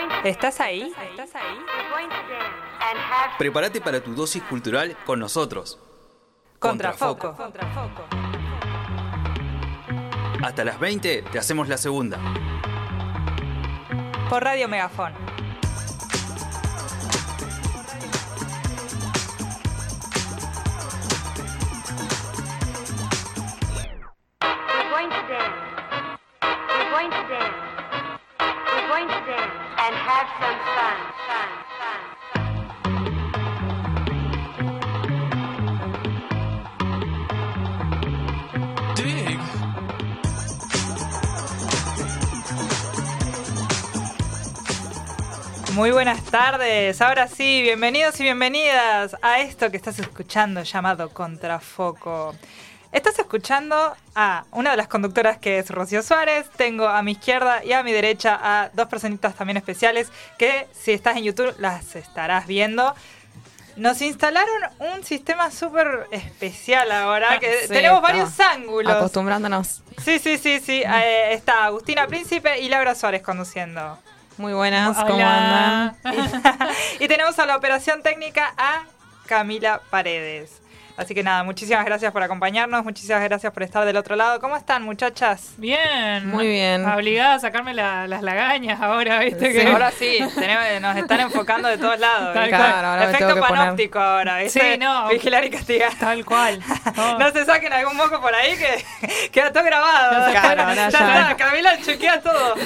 ¿Estás ahí? Prepárate para tu dosis cultural con nosotros. Contrafoco. Hasta las 20 te hacemos la segunda. Por Radio Megafón. And have some fun. Dig. Muy buenas tardes, ahora sí, bienvenidos y bienvenidas a esto que estás escuchando llamado Contrafoco. Estás escuchando a una de las conductoras que es Rocío Suárez. Tengo a mi izquierda y a mi derecha a dos personitas también especiales que si estás en YouTube las estarás viendo. Nos instalaron un sistema súper especial ahora, que Sí, tenemos varios ángulos. Acostumbrándonos. Sí. Está Agustina Príncipe y Laura Suárez conduciendo. Muy buenas, ¿cómo Hola. andan? Y tenemos a la operación técnica a Camila Paredes. Así que nada, muchísimas gracias por acompañarnos, muchísimas gracias por estar del otro lado. ¿Cómo están, muchachas? Bien. Muy bien. Obligada a sacarme las lagañas ahora, ¿viste? Sí. Que Ahora sí, nos están enfocando de todos lados. Tal ¿viste? cual. Ahora me Efecto tengo que poner. panóptico ahora, ¿viste? Sí, no. Vigilar y castigar. Tal cual. Oh. No se saquen algún moco por ahí que queda todo grabado. Claro, ahora ya ya. está, Camila chequea todo.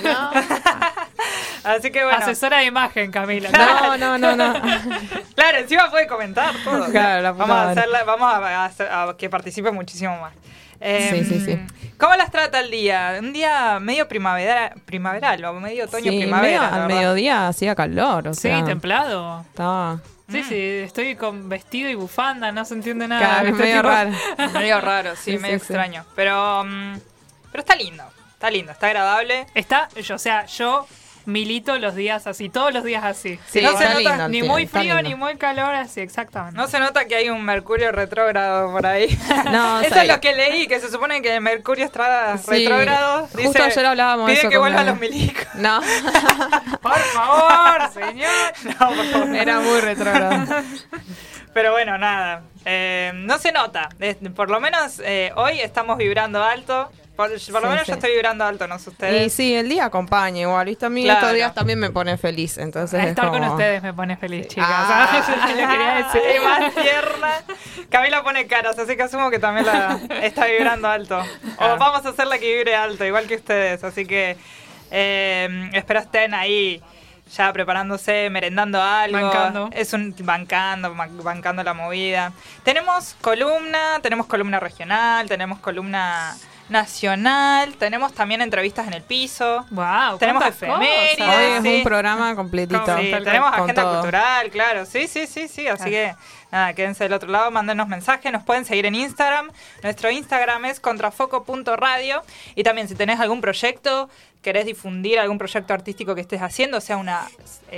Así que bueno. Asesora de imagen, Camila. No. Claro, encima puede comentar todo. Claro, la puta vamos a madre. hacerla, a que participe muchísimo más. Sí. ¿Cómo las trata el día? Un día medio primaveral o medio otoño Sí, primavera. medio- la al verdad. mediodía hacía calor, o Sí, sea, templado. estaba Sí, estoy con vestido y bufanda, no se entiende nada. Claro, ¿viste? medio Tipo- raro. Medio raro, sí, Sí, medio sí. extraño. Pero está lindo, está agradable. Yo milito los días así, todos los días así. Sí, no se está nota lindo, Ni sí, muy está frío lindo. ni muy calor, así, exactamente. No se nota que hay un Mercurio retrógrado por ahí. No, Eso o sea, es lo que leí, que se supone que Mercurio está Sí, retrógrado. justo ayer hablábamos de pide eso que con vuelvan mi- los milicos. No, Por favor, señor. No, por favor. era muy retrógrado. Pero bueno, nada. No se nota. Por lo menos hoy estamos vibrando alto. Por lo Sí, menos sí. yo estoy vibrando alto, no sé Y ustedes. sí, el día acompaña igual, ¿viste? A mí Claro. estos días también me pone feliz, entonces es Estar con como- ustedes me pone feliz, chicas. Ah, Le quería decir. sí, más tierna. Camila pone caras, así que asumo que también la está vibrando alto. O vamos a hacerla que vibre alto, igual que ustedes. Así que espero estén ahí ya preparándose, merendando algo. Bancando. Es un bancando la movida. Tenemos columna regional, tenemos columna nacional, tenemos también entrevistas en el piso. Wow, Tenemos cuántas efemérides. cosas. Hoy es Sí. un programa completito. Sí, Tal tenemos con agenda todo. cultural, claro. Sí. Así que, nada, quédense del otro lado, mándenos mensajes. Nos pueden seguir en Instagram. Nuestro Instagram es contrafoco.radio. Y también, si tenés algún proyecto, querés difundir algún proyecto artístico que estés haciendo, sea una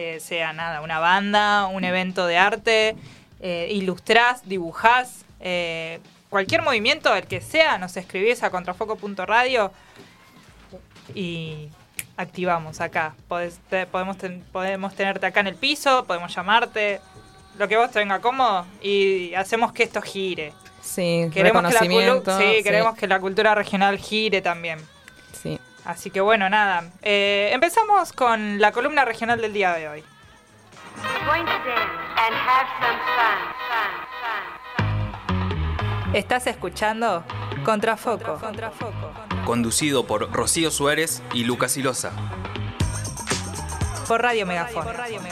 banda, un evento de arte, ilustrás, dibujás, cualquier movimiento, el que sea, nos escribís a contrafoco.radio y activamos acá. Podemos tenerte acá en el piso, podemos llamarte, lo que vos te venga cómodo y hacemos que esto gire. Sí, Queremos reconocimiento. queremos que la cultura regional gire también. Sí. Así que bueno, nada. Empezamos con la columna regional del día de hoy. Going to dance and have some fun. ¿Estás escuchando? Contrafoco. Conducido por Rocío Suárez y Lucas Silosa. Por Radio Megafón.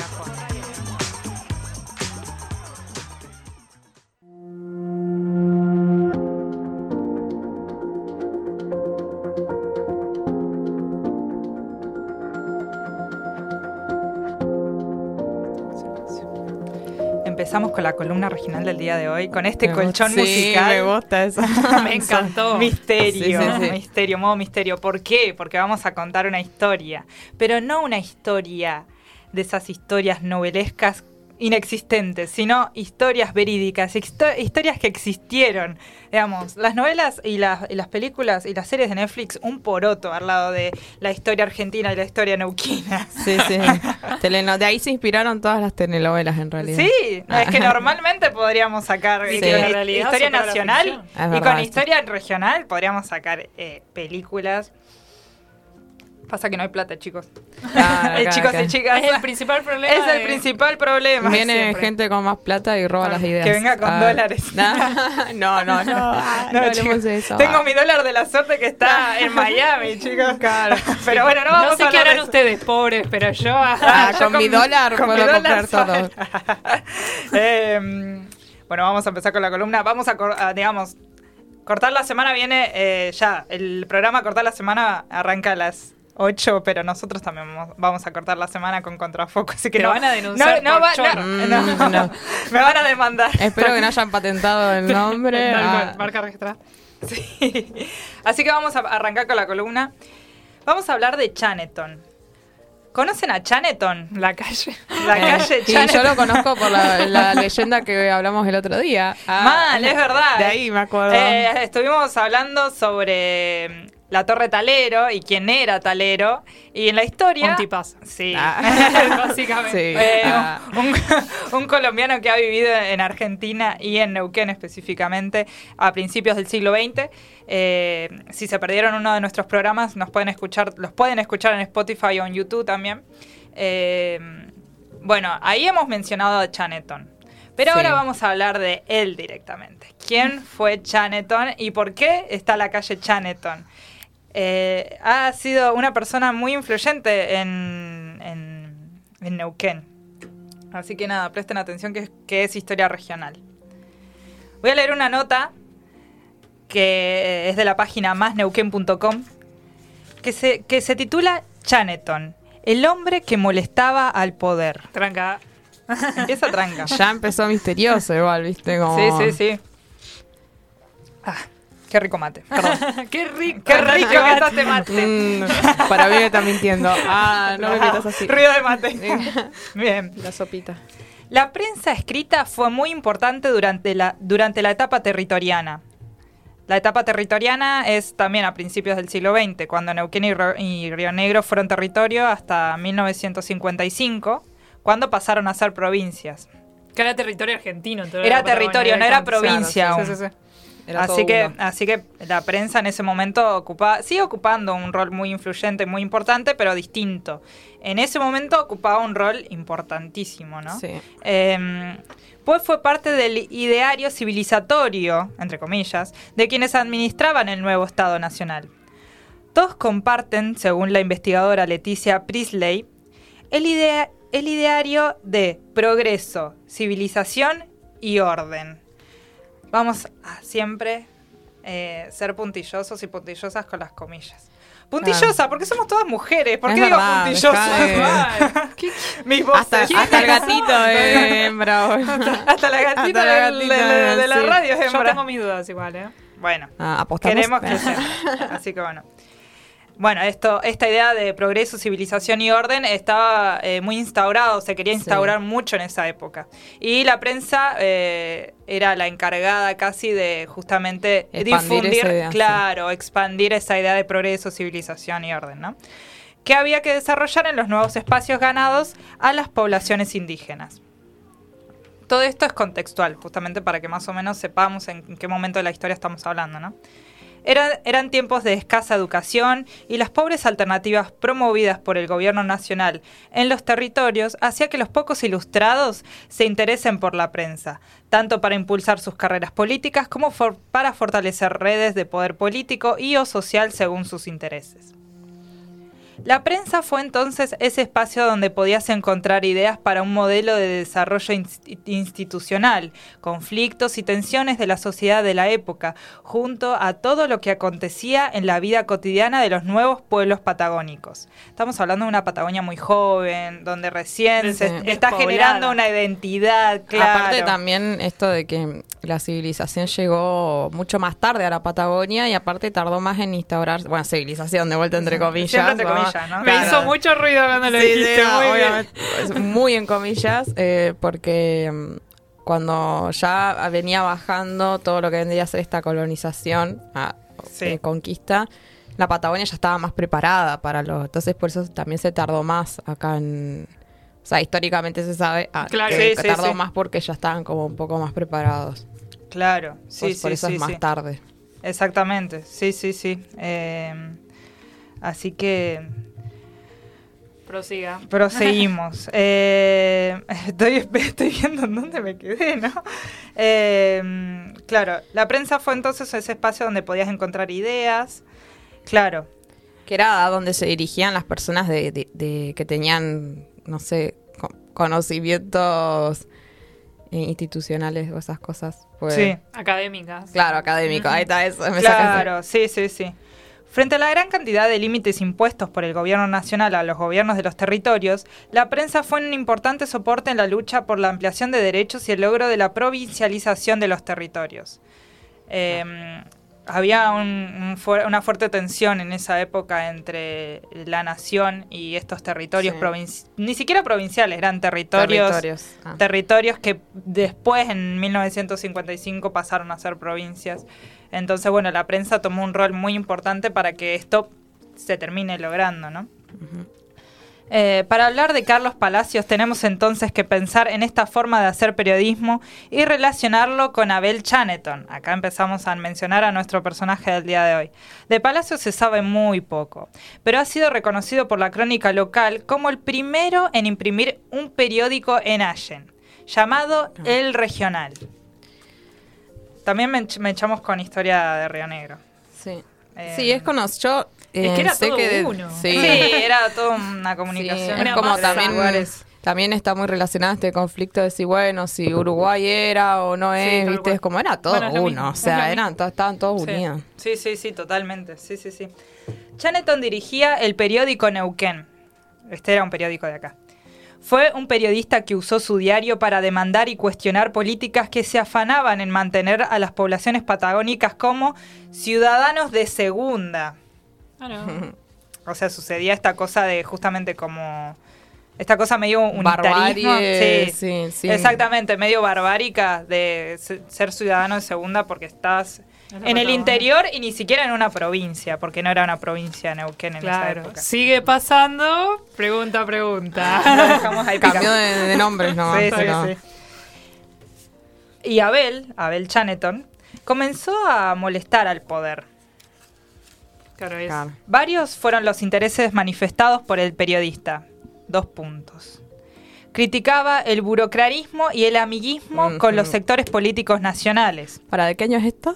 Empezamos con la columna regional del día de hoy, con este colchón Sí, musical. me gusta eso. Me encantó. Misterio, Sí. modo misterio. ¿Por qué? Porque vamos a contar una historia, pero no una historia de esas historias novelescas inexistentes, sino historias verídicas, historias que existieron. Digamos, las novelas y las películas y las series de Netflix, un poroto al lado de la historia argentina y la historia neuquina. Sí. De ahí se inspiraron todas las telenovelas, en realidad. Sí, es que normalmente podríamos sacar Sí. con En realidad historia supera la nacional ficción. Es y verdad, con sí. historia regional podríamos sacar películas. Pasa que no hay plata, chicos. Claro, Chicos claro. y chicas. Es el principal problema. Es el principal problema. Viene siempre. gente con más plata y roba las ideas. Que venga con dólares. No. No hablemos chicos, de eso. tengo mi dólar de la suerte que está en Miami, chicos. Claro. Pero bueno, no vamos No sé a qué hablar de harán eso. ustedes, pobres, pero yo... Yo Con mi dólar con puedo mi comprar todo. Bueno, vamos a empezar con la columna. Vamos a digamos, cortar la semana viene ya. El programa Cortar la Semana arranca a las 8, pero nosotros también vamos a cortar la semana con Contrafoco, así que Te no van a denunciar por chorro. No. Me van a demandar. Espero que no hayan patentado el nombre. Tal cual, Ah, marca registrada. Sí. Así que vamos a arrancar con la columna. Vamos a hablar de Chaneton. ¿Conocen a Chaneton? La calle. La calle y Chaneton. yo lo conozco por la leyenda que hablamos el otro día. Mal, es verdad. De ahí me acuerdo. Estuvimos hablando sobre la Torre Talero y quién era Talero. Y en la historia... Un tipazo. Sí. Básicamente. Sí. Un colombiano que ha vivido en Argentina y en Neuquén específicamente a principios del siglo XX. Si se perdieron uno de nuestros programas, los pueden escuchar en Spotify o en YouTube también. Bueno, ahí hemos mencionado a Chaneton. Pero Sí. ahora vamos a hablar de él directamente. ¿Quién fue Chaneton y por qué está la calle Chaneton? Ha sido una persona muy influyente en Neuquén. Así que nada, presten atención que es historia regional. Voy a leer una nota que es de la página másneuquén.com que se titula Chaneton, el hombre que molestaba al poder. Tranca. Empieza tranca. Ya empezó misterioso igual, ¿viste? Como... Sí. Ah, qué rico mate. Perdón. Qué rico. Qué rico que está este mate. Para mí me está mintiendo. No me metas así. Ruido de mate. Bien. La sopita. La prensa escrita fue muy importante durante la etapa territoriana. La etapa territoriana es también a principios del siglo XX, cuando Neuquén y Río Negro fueron territorio hasta 1955, cuando pasaron a ser provincias. Que era territorio argentino. entonces Era la Patagonia territorio, no era Claro, provincia sí, aún. sí. Era todo Así que la prensa en ese momento sigue ocupando un rol muy influyente, muy importante, pero distinto. En ese momento ocupaba un rol importantísimo, ¿no? Sí. Pues fue parte del ideario civilizatorio, entre comillas, de quienes administraban el nuevo Estado Nacional. Todos comparten, según la investigadora Leticia Priestley, el ideario de progreso, civilización y orden. Vamos a siempre ser puntillosos y puntillosas con las comillas. Puntillosa, porque somos todas mujeres. ¿Por Es qué digo verdad, puntillosa? dejá Mis voces. Hasta el gatito de hembra. Hasta la gatita, Hasta la gatita, de la sí. radio es Yo hembra. tengo mis dudas igual, ¿eh? Bueno, ¿Apostamos? queremos que sea. Así que bueno. Bueno, esta idea de progreso, civilización y orden estaba muy instaurado, se quería instaurar mucho en esa época. Y la prensa era la encargada casi de justamente Expandir difundir, esa idea, claro, expandir esa idea de progreso, civilización y orden, ¿no? Que había que desarrollar en los nuevos espacios ganados a las poblaciones indígenas. Todo esto es contextual, justamente para que más o menos sepamos en qué momento de la historia estamos hablando, ¿no? Eran tiempos de escasa educación y las pobres alternativas promovidas por el gobierno nacional en los territorios hacía que los pocos ilustrados se interesen por la prensa, tanto para impulsar sus carreras políticas como para fortalecer redes de poder político y o social según sus intereses. La prensa fue entonces ese espacio donde podías encontrar ideas para un modelo de desarrollo institucional, conflictos y tensiones de la sociedad de la época, junto a todo lo que acontecía en la vida cotidiana de los nuevos pueblos patagónicos. Estamos hablando de una Patagonia muy joven, donde recién se está despoblada. generando una identidad, claro. Aparte también esto de que la civilización llegó mucho más tarde a la Patagonia y aparte tardó más en instaurar, bueno, civilización de vuelta entre comillas. Siempre entre ¿no? comillas, ¿no? Me Claro. hizo mucho ruido cuando lo Sí, dijiste. sí, muy bien. obviamente, es muy en comillas, porque cuando ya venía bajando todo lo que vendría a ser esta colonización, Sí. conquista, la Patagonia ya estaba más preparada para entonces por eso también se tardó más acá o sea, históricamente se sabe Claro. que Sí, sí, tardó sí. más porque ya estaban como un poco más preparados. Claro, sí, Por sí, eso sí, es más sí. tarde. Exactamente, sí, sí, sí. Así que Prosiga. proseguimos. Estoy viendo en dónde me quedé, ¿no? Claro, la prensa fue entonces ese espacio donde podías encontrar ideas. Claro, Que era a donde se dirigían las personas que tenían, no sé, conocimientos institucionales o esas cosas. Pues, sí. Académicas. Claro, académico. Ahí está eso. me sacaste. Claro, sí, sí, sí. Frente a la gran cantidad de límites impuestos por el gobierno nacional a los gobiernos de los territorios, la prensa fue un importante soporte en la lucha por la ampliación de derechos y el logro de la provincialización de los territorios. Había una fuerte tensión en esa época entre la nación y estos territorios Sí. ni siquiera provinciales, eran territorios que después en 1955 pasaron a ser provincias. Entonces, bueno, la prensa tomó un rol muy importante para que esto se termine logrando, ¿no? Para hablar de Carlos Palacios tenemos entonces que pensar en esta forma de hacer periodismo y relacionarlo con Abel Chaneton. Acá empezamos a mencionar a nuestro personaje del día de hoy. De Palacios se sabe muy poco, pero ha sido reconocido por la crónica local como el primero en imprimir un periódico en Allen, llamado El Regional. También me echamos con Historia de Río Negro. Sí. Eh, Sí, es conocido. Es que era sé todo que uno. Sí, Sí, era toda una sí, comunicación. es Una como masa. también está muy relacionado este conflicto de si, bueno, si Uruguay era o no Sí, es, tal ¿viste? cual. Es como era todo Bueno, es lo uno, mismo, o es sea, lo mismo. estaban todos Sí. unidos. Sí, sí, sí, totalmente. Sí, sí, sí. Chaneton dirigía el periódico Neuquén. Este era un periódico de acá. Fue un periodista que usó su diario para demandar y cuestionar políticas que se afanaban en mantener a las poblaciones patagónicas como ciudadanos de segunda. Ah, no. O sea, sucedía esta cosa de justamente como... Esta cosa medio unitarismo. Barbarie, Sí, sí. exactamente, medio barbárica de ser ciudadano de segunda porque estás en el Patagonia. interior y ni siquiera en una provincia, porque no era una provincia Neuquén en esa Claro. época. Sigue pasando. Pregunta. Lo dejamos ahí Cambió picando. de nombres, ¿no? Sí, Pero- sí, sí. Y Abel Chaneton, comenzó a molestar al poder. Claro, es. Claro. Varios fueron los intereses manifestados por el periodista. 2 puntos. Criticaba el burocratismo y el amiguismo con los sectores políticos nacionales. ¿Para de qué año es esto?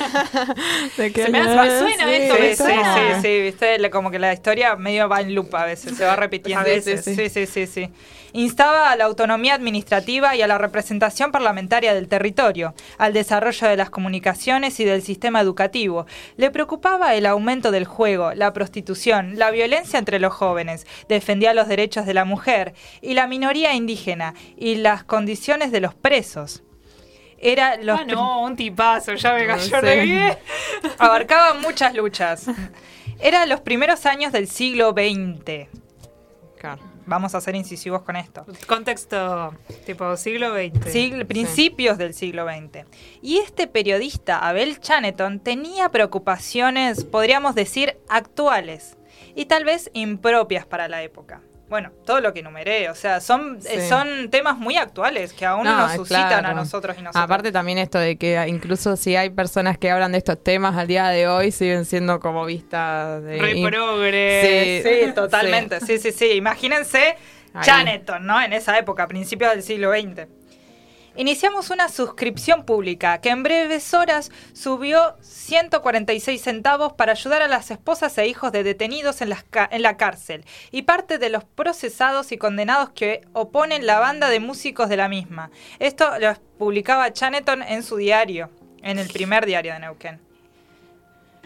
¿De qué Se me año hace- es? suena esto, me Sí, suena. sí, sí, viste, como que la historia medio va en loop a veces, se va repitiendo. A veces, Sí, sí, sí. Instaba a la autonomía administrativa y a la representación parlamentaria del territorio, al desarrollo de las comunicaciones y del sistema educativo. Le preocupaba el aumento del juego, la prostitución, la violencia entre los jóvenes, defendía los derechos de la mujer y la minoría indígena y las condiciones de los presos. Era los No, un tipazo, ya me cayó Sí. re bien. abarcaba muchas luchas. Era los primeros años del siglo XX. Claro. Vamos a ser incisivos con esto. Contexto, tipo siglo XX. Principios del siglo XX. Y este periodista, Abel Chaneton, tenía preocupaciones, podríamos decir, actuales y tal vez impropias para la época. Bueno, todo lo que enumeré, o sea, son temas muy actuales que aún nos suscitan claro. a nosotros y nosotros. Aparte también esto de que incluso si hay personas que hablan de estos temas al día de hoy, siguen siendo como vistas de... Re progre. Sí, totalmente. Sí. Imagínense Ahí. Chaneton, ¿no? En esa época, principios del siglo XX. Iniciamos una suscripción pública que en breves horas subió 146 centavos para ayudar a las esposas e hijos de detenidos en la cárcel y parte de los procesados y condenados que oponen la banda de músicos de la misma. Esto lo publicaba Chaneton en su diario, en el primer diario de Neuquén.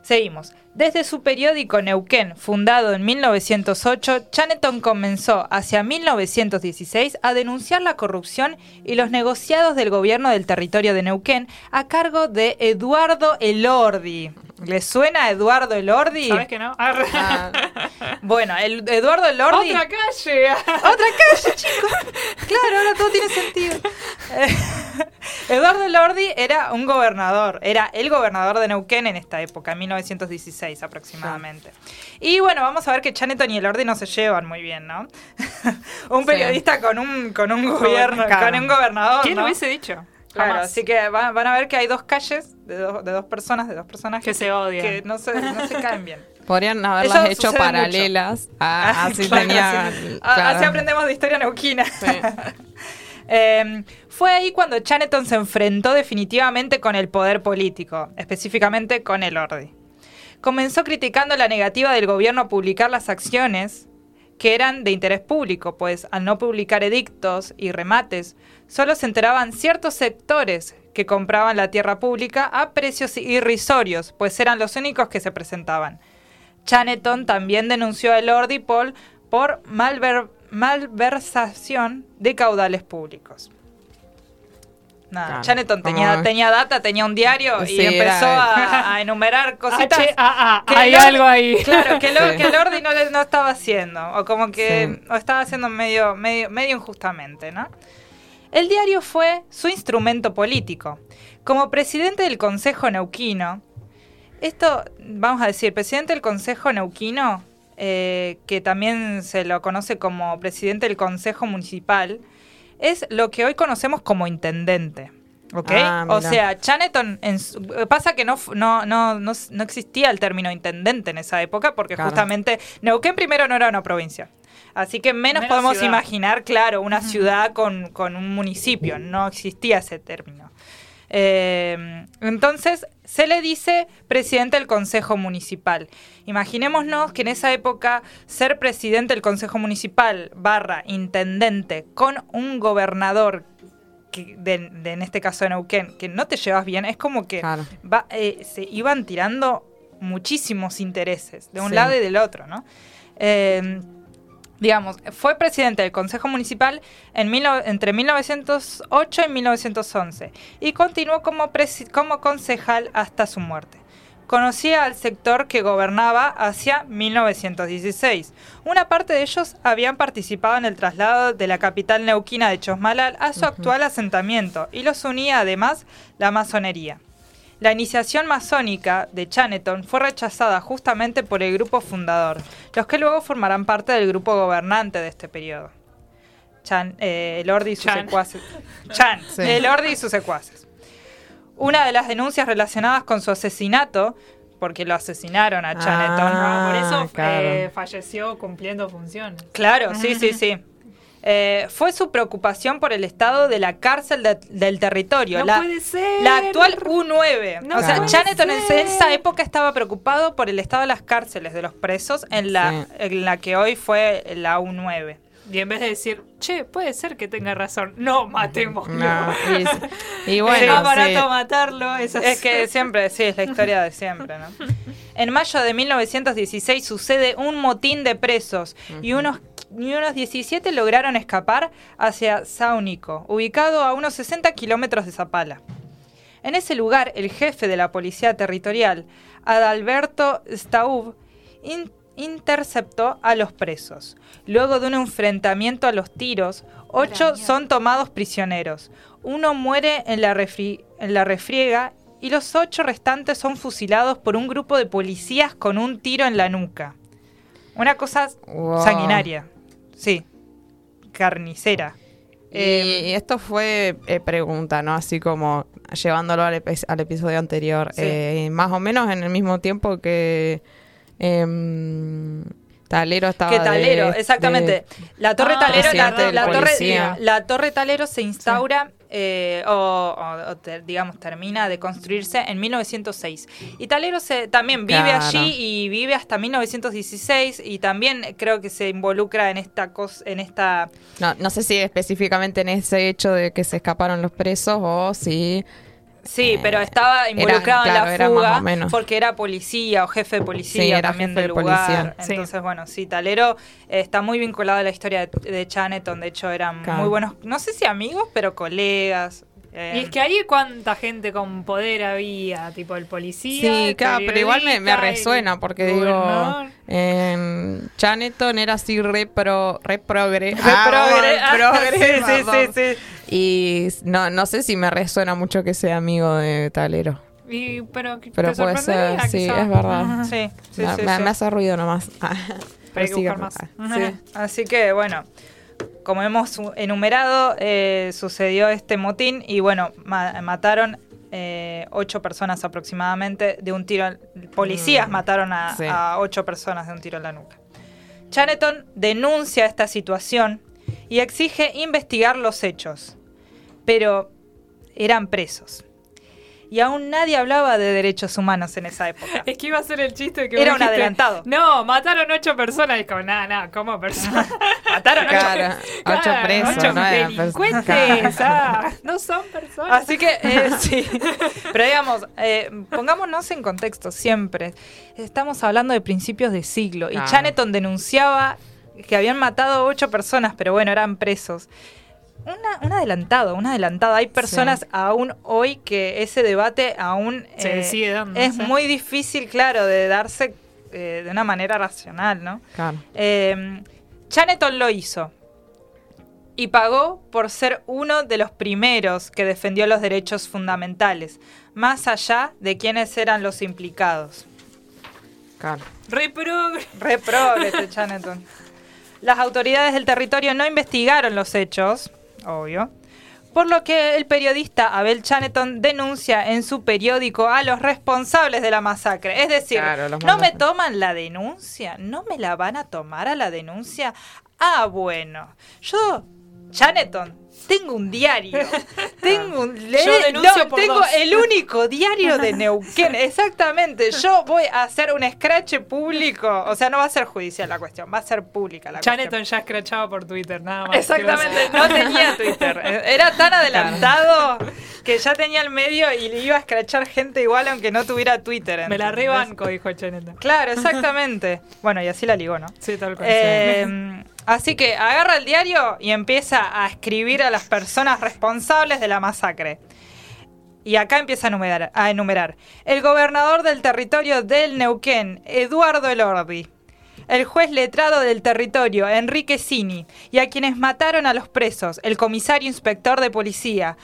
Seguimos. Desde su periódico Neuquén, fundado en 1908, Chaneton comenzó hacia 1916 a denunciar la corrupción y los negociados del gobierno del territorio de Neuquén a cargo de Eduardo Elordi. ¿Le suena a Eduardo Elordi? ¿Sabes que no? Bueno, Eduardo Elordi... ¡Otra calle! ¡Otra calle, chicos! Claro, ahora todo tiene sentido. Eduardo Elordi era un gobernador, era el gobernador de Neuquén en esta época, en 1916 aproximadamente. Y bueno, vamos a ver que Chaneton y Elordi no se llevan muy bien, ¿no? Un periodista con un gobierno, con un gobernador, ¿Quién ¿no? lo hubiese dicho? Claro, Jamás. así que van a ver que hay dos calles de dos personas Que se odian. que no se caen bien. Podrían haberlas Eso hecho sucede paralelas. Así claro, tenía. así, claro. así aprendemos de historia neuquina. Sí. Fue ahí cuando Chaneton se enfrentó definitivamente con el poder político, específicamente con Elordi. Comenzó criticando la negativa del gobierno a publicar las acciones que eran de interés público, pues al no publicar edictos y remates, solo se enteraban ciertos sectores que compraban la tierra pública a precios irrisorios, pues eran los únicos que se presentaban. Chaneton también denunció a Elordi por malversación de caudales públicos. Nada, Claro, Chaneton como- tenía data, tenía un diario y Sí, empezó era- a enumerar cositas. que Hay Elordi- algo ahí. Claro, que Sí. Elordi no estaba haciendo, o como que Sí. o estaba haciendo medio injustamente, ¿no? El diario fue su instrumento político. Como presidente del Consejo Neuquino, esto, vamos a decir, presidente del Consejo Neuquino, que también se lo conoce como presidente del Consejo Municipal, es lo que hoy conocemos como intendente. ¿Ok? Ah, O mira. sea, Chaneton, pasa que no existía el término intendente en esa época, porque Claro. justamente Neuquén primero no era una provincia. Así que menos Menos podemos ciudad. imaginar, claro, una ciudad con un municipio. No existía ese término. Entonces, se le dice presidente del Consejo Municipal. Imaginémonos que en esa época ser presidente del Consejo Municipal / intendente con un gobernador en este caso de Neuquén, que no te llevas bien, es como que Claro. se iban tirando muchísimos intereses de un Sí. lado y del otro, ¿no? Digamos, fue presidente del Consejo Municipal entre 1908 y 1911 y continuó como concejal hasta su muerte. Conocía al sector que gobernaba hacia 1916. Una parte de ellos habían participado en el traslado de la capital neuquina de Chosmalal a su actual asentamiento y los unía además la masonería. La iniciación masónica de Chaneton fue rechazada justamente por el grupo fundador, los que luego formarán parte del grupo gobernante de este periodo. Elordi y sus Chan. secuaces. Sí. Elordi y sus secuaces. Una de las denuncias relacionadas con su asesinato, porque lo asesinaron a Chaneton. Por eso claro. falleció cumpliendo funciones. Claro, sí. Fue su preocupación por el estado de la cárcel del territorio. No puede ser. La actual U9. No o sea, puede Chaneton en ser. esa época estaba preocupado por el estado de las cárceles de los presos en la que hoy fue la U9. Y en vez de decir, che, puede ser que tenga razón, no, matémoslo. No, y Es bueno, más barato sí. matarlo. Es Que siempre, sí, es la historia de siempre, ¿no? En mayo de 1916 sucede un motín de presos y unos 17 lograron escapar hacia Sáunico, ubicado a unos 60 kilómetros de Zapala. En ese lugar, el jefe de la policía territorial, Adalberto Staub, interceptó a los presos. Luego de un enfrentamiento a los tiros, 8 son tomados prisioneros. Uno muere en la refriega y los 8 restantes son fusilados por un grupo de policías con un tiro en la nuca. Una cosa Wow. sanguinaria. Sí. Carnicera. Y esto fue pregunta, ¿no? Así como llevándolo al episodio anterior. Sí. Más o menos en el mismo tiempo que Talero estaba Que Talero, exactamente. La Torre Talero, presidente de policía. la Torre Talero se instaura digamos termina de construirse en 1906. Y Talero también vive Claro. allí y vive hasta 1916 y también creo que se involucra en esta No sé si específicamente en ese hecho de que se escaparon los presos o si Sí, pero estaba involucrado en la era más fuga o menos. porque era policía o jefe de policía Sí, era también jefe del de lugar. policía. Sí. Entonces, bueno, sí, Talero está muy vinculado a la historia de Chaneton. De hecho, eran Claro. muy buenos, no sé si amigos, pero colegas. Y es que ahí cuánta gente con poder había, tipo el policía. Sí, el claro, pero igual me periodista, resuena el porque digo, gobernador. Chaneton era así re progre. Sí. Y no sé si me resuena mucho que sea amigo de Talero. Pero Pero te puede sorprendería, ser, sí, quizá. es verdad. Sí, sí, me, sí, me- sí. me hace ruido nomás. Hay que Sigue, buscar más. sí. Así que, bueno, como hemos enumerado, sucedió este motín y, bueno, mataron 8 personas aproximadamente de un tiro. Policías mataron sí. a 8 personas de un tiro en la nuca. Chaneton denuncia esta situación y exige investigar los hechos, pero eran presos. Y aún nadie hablaba de derechos humanos en esa época. Es que iba a ser el chiste que Era vos un dijiste, adelantado. No, mataron 8 personas. Y como, nada, ¿cómo personas? Mataron 8 Claro, 8 presos, 8 no eran delincuentes. No son personas. Así que, sí. Pero digamos, pongámonos en contexto siempre. Estamos hablando de principios de siglo. Y Claro. Chaneton denunciaba que habían matado 8 personas, pero bueno, eran presos. Un adelantado. Hay personas Sí. aún hoy que ese debate aún Se sigue dando, es sí. muy difícil, claro, de darse de una manera racional, ¿no? Claro. Chaneton lo hizo y pagó por ser uno de los primeros que defendió los derechos fundamentales, más allá de quiénes eran los implicados. Claro. Re progre. Re progre este Chaneton. Las autoridades del territorio no investigaron los hechos, obvio, por lo que el periodista Abel Chaneton denuncia en su periódico a los responsables de la masacre. Es decir, Claro, los ¿no me mandan. toman la denuncia? ¿No me la van a tomar a la denuncia? Ah, bueno, yo, Chaneton, tengo un diario. Tengo denuncio por tengo 2. el único diario de Neuquén. Exactamente. Yo voy a hacer un escrache público. O sea, no va a ser judicial la cuestión, va a ser pública la Chaneton cuestión. ya escrachaba por Twitter, nada más. Exactamente, no tenía Twitter. Era tan adelantado que ya tenía el medio y le iba a escrachar gente igual aunque no tuviera Twitter. Me la ¿entendés? rebanco, dijo Chaneton. Claro, exactamente. Bueno, y así la ligó, ¿no? Sí, tal cual. Así que agarra el diario y empieza a escribir a las personas responsables de la masacre. Y acá empieza a enumerar. El gobernador del territorio del Neuquén, Eduardo Elordi. El juez letrado del territorio, Enrique Cini. Y a quienes mataron a los presos, el comisario inspector de policía,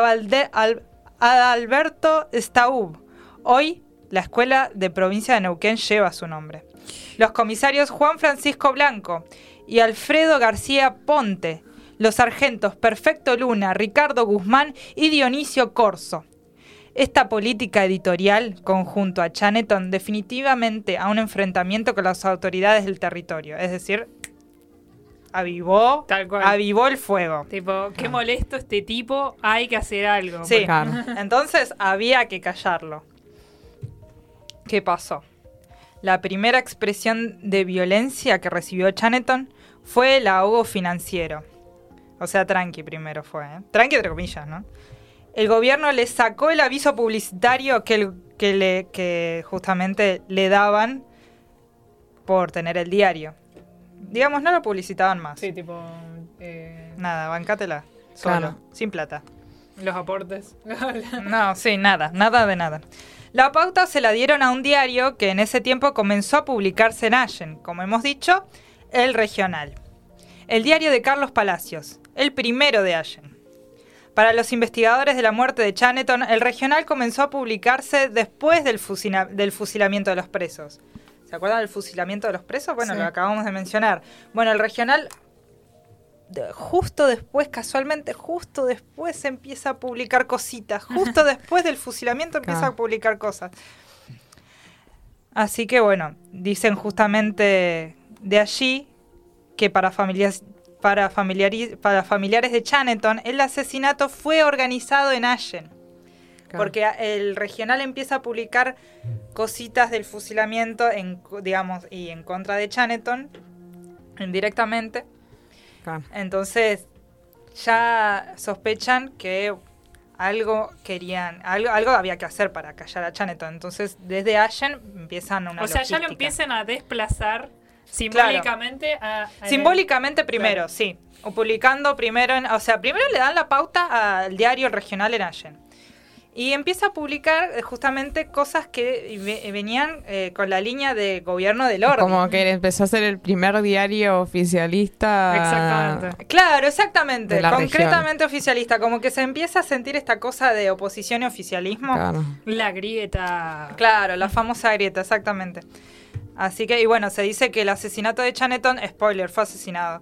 Adalberto Staub. Hoy, la escuela de provincia de Neuquén lleva su nombre. Los comisarios Juan Francisco Blanco y Alfredo García Ponte, los sargentos Perfecto Luna, Ricardo Guzmán y Dionisio Corso. Esta política editorial, conjunto a Chaneton, definitivamente a un enfrentamiento con las autoridades del territorio. Es decir, avivó Tal cual. el fuego. Tipo, qué molesto este tipo, hay que hacer algo. Sí, Claro. entonces había que callarlo. ¿Qué pasó? La primera expresión de violencia que recibió Chaneton fue el ahogo financiero. O sea, tranqui primero fue, ¿eh? Tranqui entre comillas, ¿no? El gobierno le sacó el aviso publicitario que justamente le daban por tener el diario. Digamos, no lo publicitaban más. Sí, tipo, Nada, bancátela. Solo, Claro. sin plata. los aportes. No, sí, nada de nada. La pauta se la dieron a un diario que en ese tiempo comenzó a publicarse en Allen, como hemos dicho, El Regional. El diario de Carlos Palacios, el primero de Allen. Para los investigadores de la muerte de Chaneton, El Regional comenzó a publicarse después del fusilamiento de los presos. ¿Se acuerdan del fusilamiento de los presos? Bueno, Sí. lo acabamos de mencionar. Bueno, El Regional justo después, casualmente, justo después empieza a publicar cositas. Justo después del fusilamiento empieza Claro. a publicar cosas. Así que bueno, dicen justamente de allí que para familiares de Chaneton, el asesinato fue organizado en Allen. Claro. Porque el Regional empieza a publicar cositas del fusilamiento, digamos, y en contra de Chaneton, indirectamente. Claro. Entonces, ya sospechan que algo querían, algo había que hacer para callar a Chaneton. Entonces, desde Ashen empiezan una O sea, ya lo logística. empiezan a desplazar simbólicamente Simbólicamente primero, Claro. sí. O publicando primero, primero le dan la pauta al diario regional en Allen. Y empieza a publicar justamente cosas que venían con la línea de gobierno del orden. Como que empezó a ser el primer diario oficialista. Exactamente. Claro, exactamente. De la Concretamente oficialista. Como que se empieza a sentir esta cosa de oposición y oficialismo. Claro. La grieta. Claro, la famosa grieta, exactamente. Así que, y bueno, se dice que el asesinato de Chaneton, spoiler, fue asesinado.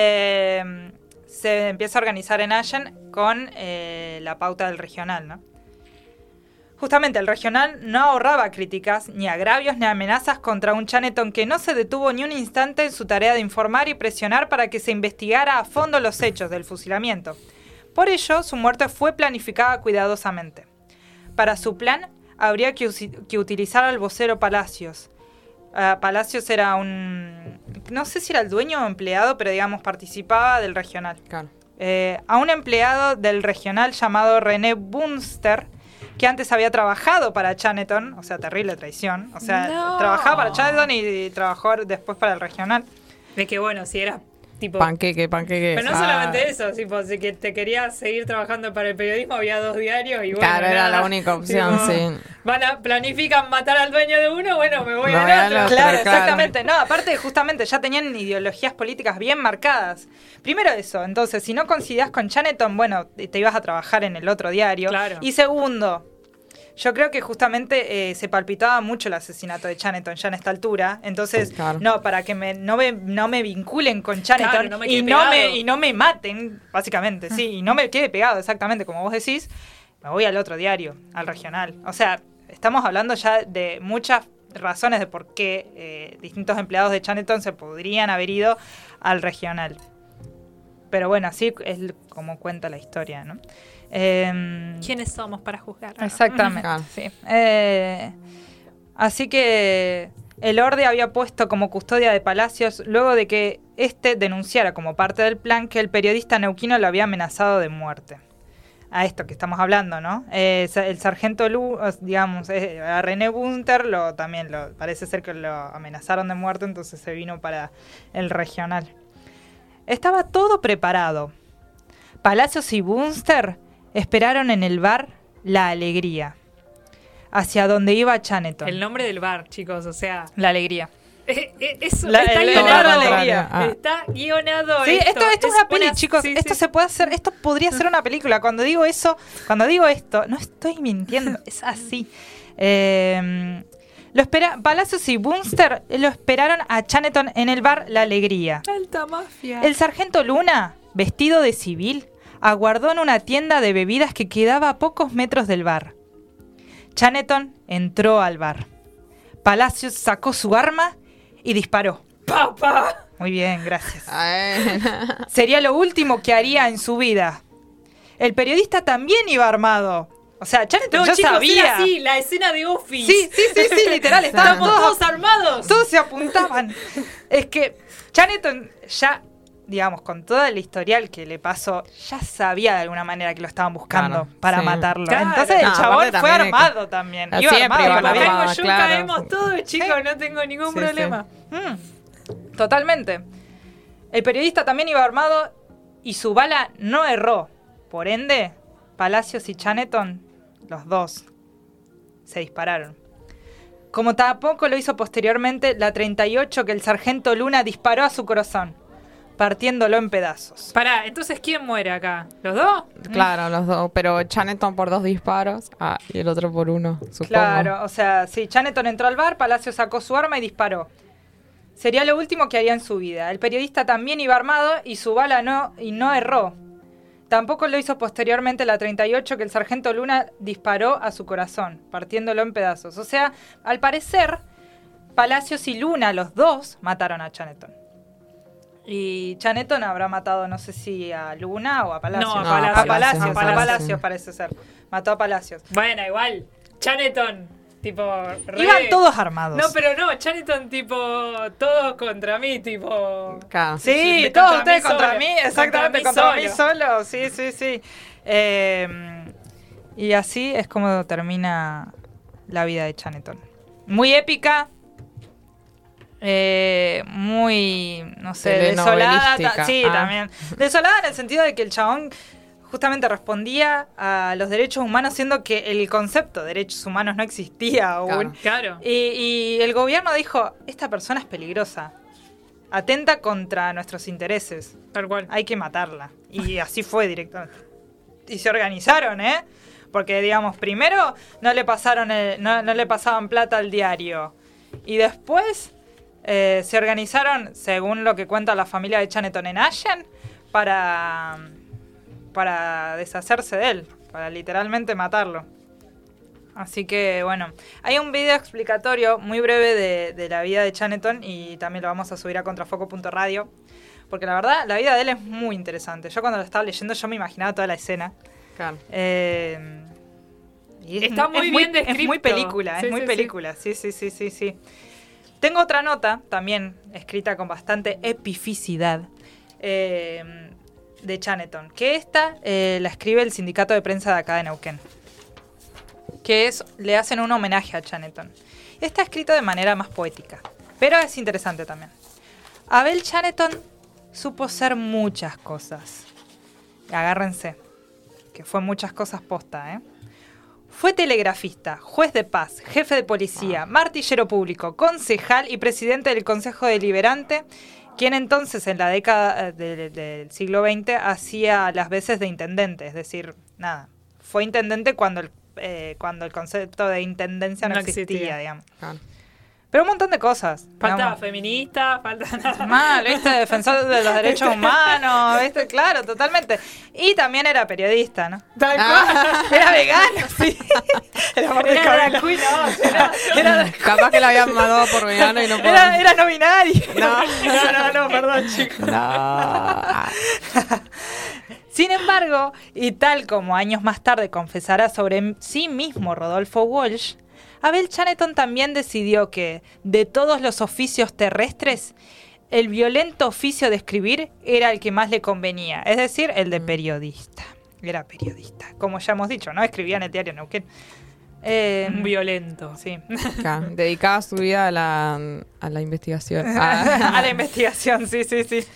Se empieza a organizar en Allen con la pauta del regional, ¿no? Justamente el regional no ahorraba críticas, ni agravios, ni amenazas contra un Chaneton que no se detuvo ni un instante en su tarea de informar y presionar para que se investigara a fondo los hechos del fusilamiento. Por ello, su muerte fue planificada cuidadosamente. Para su plan, habría que utilizar al vocero Palacios. Palacios era no sé si era el dueño o empleado, pero digamos participaba del regional. Claro. A un empleado del regional llamado René Bunster, que antes había trabajado para Chaneton, o sea, terrible traición. O sea, No. trabajaba para Chaneton y trabajó después para el regional. De que bueno, si era tipo... Panqueque. Pero no solamente eso, tipo, si que te querías seguir trabajando para el periodismo, había 2 diarios y bueno, Claro, era nada, la única opción, tipo, sí. planifican matar al dueño de uno, bueno, me voy Me al voy al otro. otro. Claro, claro. exactamente. No, aparte, justamente ya tenían ideologías políticas bien marcadas. Primero eso, entonces, si no coincidías con Chaneton, bueno, te ibas a trabajar en el otro diario. Claro. Y segundo, yo creo que justamente se palpitaba mucho el asesinato de Chaneton ya en esta altura. Entonces, Claro. no, para que no me vinculen con Chaneton Claro, no me quede y pegado. no me maten, básicamente, sí, y no me quede pegado, exactamente como vos decís, me voy al otro diario, al regional. O sea, estamos hablando ya de muchas razones de por qué distintos empleados de Chaneton se podrían haber ido al regional. Pero bueno, así es como cuenta la historia, ¿no? ¿Quiénes somos para juzgar? Exactamente, Claro. sí. Así que el Orde había puesto como custodia de Palacios luego de que éste denunciara como parte del plan que el periodista neuquino lo había amenazado de muerte. A esto que estamos hablando, ¿no? El sargento Lu, digamos, a René Bunter parece ser que lo amenazaron de muerte, entonces se vino para el regional. Estaba todo preparado. Palacios y Bunster esperaron en el bar La Alegría, hacia donde iba Chaneton. El nombre del bar, chicos, o sea... La Alegría. Eso La- está el guionado. bar La Alegría. Ah. Está guionado Sí, esto es una peli, una- chicos. sí, Esto sí. se puede hacer, esto podría ser una película. Cuando digo esto, no estoy mintiendo, es así. Palacios y Bunster lo esperaron a Chaneton en el bar La Alegría. Alta mafia. El sargento Luna, vestido de civil, aguardó en una tienda de bebidas que quedaba a pocos metros del bar. Chaneton entró al bar. Palacios sacó su arma y disparó. ¡Papá! Muy bien, gracias. Ay, Sería lo último que haría en su vida. El periodista también iba armado. O sea, Chaneton No, ya chicos, sabía. era así, la escena de Office. Sí, literal. Estaban Estábamos todos armados. todos se apuntaban. Es que Chaneton ya, digamos, con todo el historial que le pasó, ya sabía de alguna manera que lo estaban buscando Claro, para sí. matarlo. Claro. Entonces el No, chabón aparte fue también armado también. Ah, Iba siempre armado iba con la Como vida. armado. vengo yo, claro. caemos todos, chicos, no tengo ningún Sí, problema. Totalmente. El periodista también iba armado y su bala no erró. Por ende, Palacios y Chaneton, los dos, se dispararon. Como tampoco lo hizo posteriormente la 38 que el sargento Luna disparó a su corazón, partiéndolo en pedazos. Pará, entonces, ¿quién muere acá? ¿Los dos? claro, los dos. Pero Chaneton por 2 disparos y el otro por 1, supongo. Claro, o sea, sí, Chaneton entró al bar, Palacios sacó su arma y disparó. Sería lo último que haría en su vida. El periodista también iba armado y su bala no erró. Tampoco lo hizo posteriormente la 38 que el sargento Luna disparó a su corazón, partiéndolo en pedazos. O sea, al parecer, Palacios y Luna, los dos, mataron a Chaneton. Y Chaneton habrá matado, no sé si a Luna o a Palacios. No, a Palacios. A Palacios, A a Palacios. Palacios parece ser. Mató a Palacios. Bueno, igual. Chaneton, tipo... Iban todos armados. No, pero no, Chaneton, tipo, todos contra mí, tipo... Claro. Sí, Me todos contra ustedes mí contra solo. mí, exactamente, Contra contra mí mí solo, sí. Y así es como termina la vida de Chinatown. Muy épica, muy, no sé, desolada. Telenovelística. Sí, también. Desolada en el sentido de que el chabón justamente respondía a los derechos humanos, siendo que el concepto de derechos humanos no existía aún. Claro. Y el gobierno dijo, esta persona es peligrosa, atenta contra nuestros intereses, Tal cual. hay que matarla. Y así fue directamente. Y se organizaron, ¿eh? Porque, digamos, primero no le pasaban plata al diario. Y después se organizaron, según lo que cuenta la familia de Chinatown en Ashen, para deshacerse de él, para literalmente matarlo. Así que, bueno, hay un video explicatorio muy breve de la vida de Chinatown y también lo vamos a subir a contrafoco.radio. Porque la verdad, la vida de él es muy interesante. Yo cuando lo estaba leyendo, yo me imaginaba toda la escena. Claro. Y Está muy bien descrito. Es muy película, Sí, es muy sí, película. Sí. Tengo otra nota, también escrita con bastante epicidad, de Chinatown. Que esta la escribe el sindicato de prensa de acá de Neuquén. Que le hacen un homenaje a Chinatown. Está escrito de manera más poética, pero es interesante también. Abel Chinatown supo ser muchas cosas. Agárrense, que fue muchas cosas posta, ¿eh? Fue telegrafista, juez de paz, jefe de policía, martillero público, concejal y presidente del Consejo Deliberante, quien entonces en la década del siglo XX hacía las veces de intendente, es decir, nada, fue intendente cuando el concepto de intendencia no existía, digamos. Claro. Pero un montón de cosas. Falta digamos. feminista, falta... Mal, ¿viste? Defensor de los derechos humanos, ¿viste? Claro, totalmente. Y también era periodista, ¿no? Tal cual. Era vegano, sí. Era por Era descabellado. drag queen, no, Era Capaz que la habían mandado por vegano y no por... era no binario. No. Perdón, chicos. No. Sin embargo, y tal como años más tarde confesará sobre sí mismo Rodolfo Walsh, Abel Chinatown también decidió que, de todos los oficios terrestres, el violento oficio de escribir era el que más le convenía, es decir, el de periodista. Era periodista, como ya hemos dicho, ¿no? Escribía en el diario Neuquén. Violento. Sí. Claro, dedicaba su vida a la investigación. A la investigación, sí.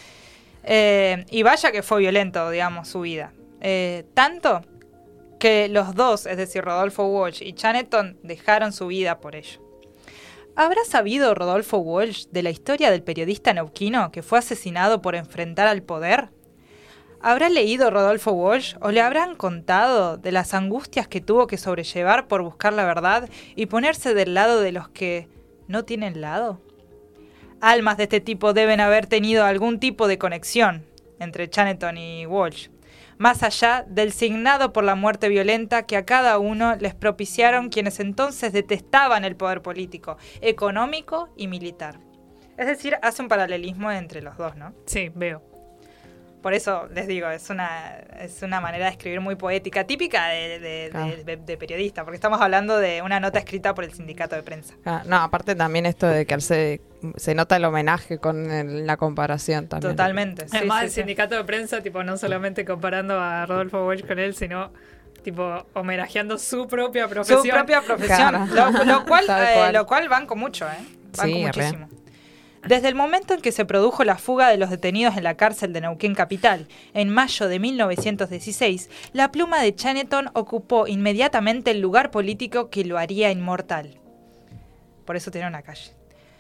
Y vaya que fue violento, digamos, su vida. Tanto que los dos, es decir, Rodolfo Walsh y Chinatown, dejaron su vida por ello. ¿Habrá sabido Rodolfo Walsh de la historia del periodista neuquino que fue asesinado por enfrentar al poder? ¿Habrá leído Rodolfo Walsh o le habrán contado de las angustias que tuvo que sobrellevar por buscar la verdad y ponerse del lado de los que no tienen lado? Almas de este tipo deben haber tenido algún tipo de conexión entre Chinatown y Walsh, más allá del signado por la muerte violenta que a cada uno les propiciaron quienes entonces detestaban el poder político, económico y militar. Es decir, hace un paralelismo entre los dos, ¿no? Sí, veo. Por eso les digo, es una manera de escribir muy poética, típica de periodista, porque estamos hablando de una nota escrita por el sindicato de prensa. No, aparte también esto de que se nota el homenaje con la comparación también. Totalmente. Sí, Además, sí, el sí. sindicato de prensa, tipo, no solamente comparando a Rodolfo Walsh con él, sino, tipo, homenajeando su propia profesión. Su propia profesión. Claro. Lo cual banco mucho, banco Sí, muchísimo. Desde el momento en que se produjo la fuga de los detenidos en la cárcel de Neuquén Capital, en mayo de 1916, la pluma de Chinatown ocupó inmediatamente el lugar político que lo haría inmortal. Por eso tiene una calle.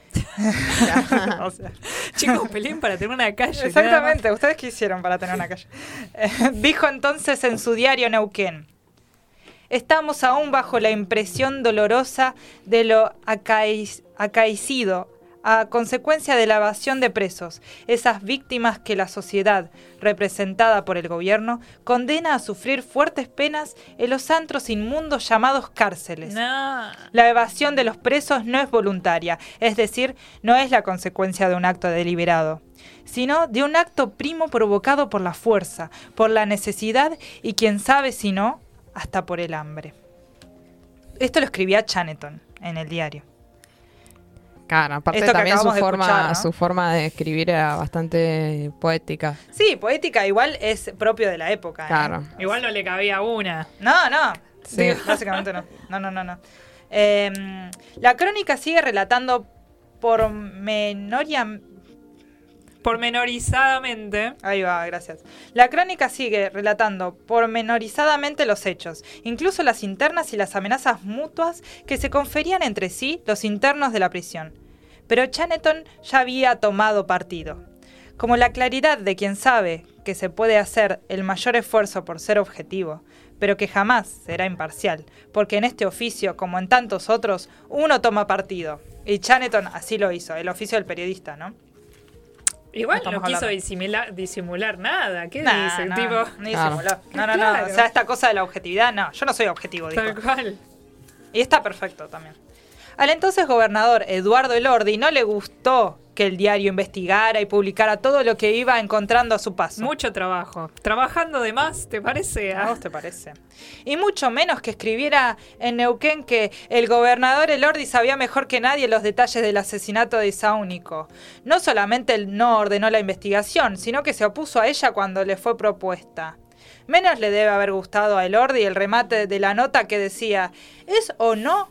O sea, Chicos, peleen para tener una calle. exactamente, ¿ustedes qué hicieron para tener una calle? Dijo entonces en su diario Neuquén: estamos aún bajo la impresión dolorosa de lo acaecido a consecuencia de la evasión de presos, esas víctimas que la sociedad, representada por el gobierno, condena a sufrir fuertes penas en los antros inmundos llamados cárceles. No. La evasión de los presos no es voluntaria, es decir, no es la consecuencia de un acto deliberado, sino de un acto primo provocado por la fuerza, por la necesidad y quién sabe si no, hasta por el hambre. Esto lo escribía Chinatown en el diario. Claro, aparte Esto que también acabamos de escuchar, ¿no? su forma de escribir era bastante poética. Sí, poética igual es propio de la época. Claro. Igual no le cabía una. No, Sí. Básicamente no. No. La crónica sigue relatando Pormenorizadamente. Ahí va, gracias. La crónica sigue relatando pormenorizadamente los hechos, incluso las internas y las amenazas mutuas que se conferían entre sí los internos de la prisión. Pero Chaneton ya había tomado partido. Como la claridad de quien sabe que se puede hacer el mayor esfuerzo por ser objetivo, pero que jamás será imparcial, porque en este oficio, como en tantos otros, uno toma partido. Y Chaneton así lo hizo, el oficio del periodista, ¿no? Igual Estamos no quiso hablando. disimular nada. ¿Qué Nah, dice? no, Tipo, ni Claro. disimuló. No. Claro. O sea, esta cosa de la objetividad, no. Yo no soy objetivo, dijo. tal cual. Y está perfecto también. Al entonces gobernador Eduardo Elordi no le gustó que el diario investigara y publicara todo lo que iba encontrando a su paso. Mucho trabajo. Trabajando de más, ¿te parece? ¿A vos te parece? Y mucho menos que escribiera en Neuquén que el gobernador Elordi sabía mejor que nadie los detalles del asesinato de Sáunico. No solamente él no ordenó la investigación, sino que se opuso a ella cuando le fue propuesta. Menos le debe haber gustado a Elordi el remate de la nota que decía: ¿es o no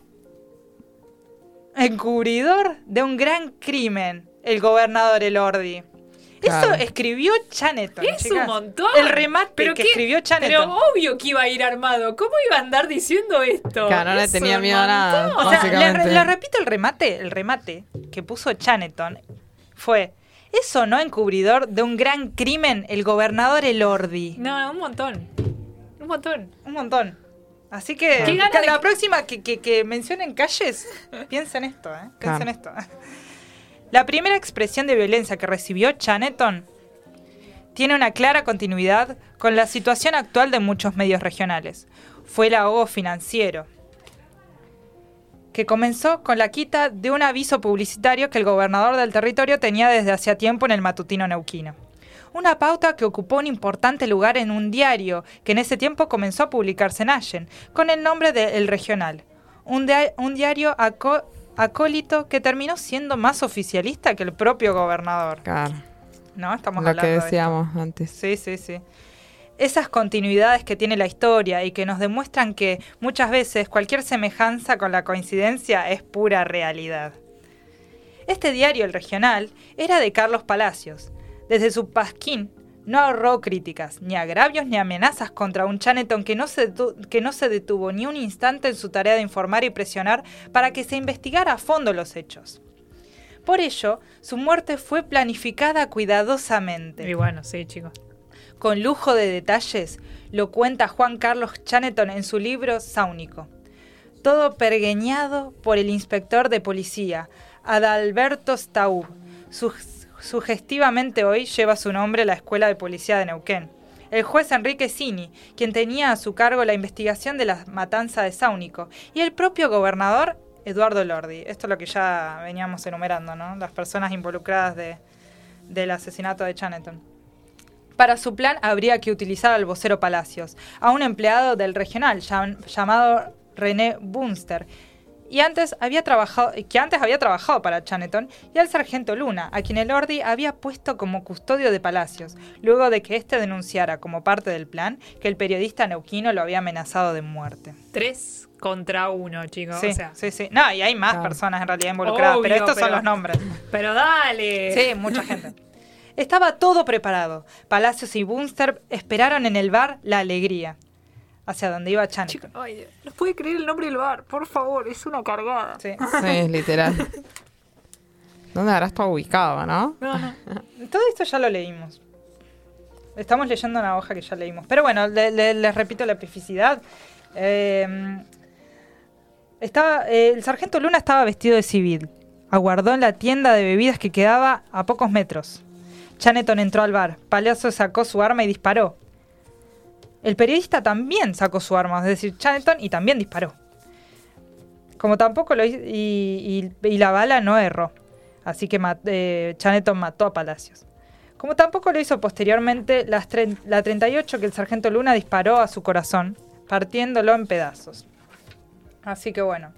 encubridor de un gran crimen el gobernador Elordi? Claro. Eso escribió Chaneton. Es chicas. un montón. El remate ¿Pero que qué? escribió Chaneton. Pero obvio que iba a ir armado. ¿Cómo iba a andar diciendo esto? Claro, no le Es tenía un miedo a nada. montón. O sea, básicamente. le repito el remate que puso Chaneton fue: ¿eso no encubridor de un gran crimen el gobernador Elordi? No, un montón. Un montón. Un montón. Así que Qué ganas la de- próxima que mencionen calles, piensen esto, piensen Claro. esto. La primera expresión de violencia que recibió Chaneton tiene una clara continuidad con la situación actual de muchos medios regionales. Fue el ahogo financiero, que comenzó con la quita de un aviso publicitario que el gobernador del territorio tenía desde hacía tiempo en el matutino neuquino. Una pauta que ocupó un importante lugar en un diario que en ese tiempo comenzó a publicarse en Allen, con el nombre de El Regional. Un diario acólito que terminó siendo más oficialista que el propio gobernador. Claro. ¿No? Estamos Lo hablando que de esto. decíamos antes. Sí. Esas continuidades que tiene la historia y que nos demuestran que muchas veces cualquier semejanza con la coincidencia es pura realidad. Este diario, El Regional, era de Carlos Palacios. Desde su pasquín no ahorró críticas, ni agravios ni amenazas contra un Chaneton que no se detuvo ni un instante en su tarea de informar y presionar para que se investigara a fondo los hechos. Por ello, su muerte fue planificada cuidadosamente. Y bueno, sí, chicos. Con lujo de detalles, lo cuenta Juan Carlos Chaneton en su libro Sáunico. Todo pergeñado por el inspector de policía, Adalberto Staub. Sugestivamente hoy lleva su nombre la Escuela de Policía de Neuquén. El juez Enrique Cini, quien tenía a su cargo la investigación de la matanza de Sáunico. Y el propio gobernador Eduardo Elordi. Esto es lo que ya veníamos enumerando, ¿no? Las personas involucradas del asesinato de Chaneton. Para su plan habría que utilizar al vocero Palacios, a un empleado del regional llamado René Bunster, que antes había trabajado para Chaneton, y al sargento Luna, a quien Elordi había puesto como custodio de Palacios, luego de que éste denunciara como parte del plan que el periodista neuquino lo había amenazado de muerte. 3 contra 1, chicos. Sí, O sea, sí. No, y hay más Claro. personas en realidad involucradas, pero Obvio, estos son pero- los nombres. pero dale. Sí, mucha gente. Estaba todo preparado. Palacios y Bunster esperaron en el bar La Alegría, hacia donde iba Chaneton. Ay, no puede creer el nombre del bar, por favor, es una cargada. Sí. Sí, literal. ¿Dónde habrá estado ubicado, no? No. Todo esto ya lo leímos. Estamos leyendo una hoja que ya leímos. Pero bueno, les repito la epificidad. El sargento Luna estaba vestido de civil. Aguardó en la tienda de bebidas que quedaba a pocos metros. Chaneton entró al bar. Palacios sacó su arma y disparó. El periodista también sacó su arma, es decir, Chaneton, y también disparó. Como tampoco lo hizo, y la bala no erró. Así que Chaneton mató a Palacios. Como tampoco lo hizo posteriormente la 38 que el sargento Luna disparó a su corazón, partiéndolo en pedazos. Así que bueno.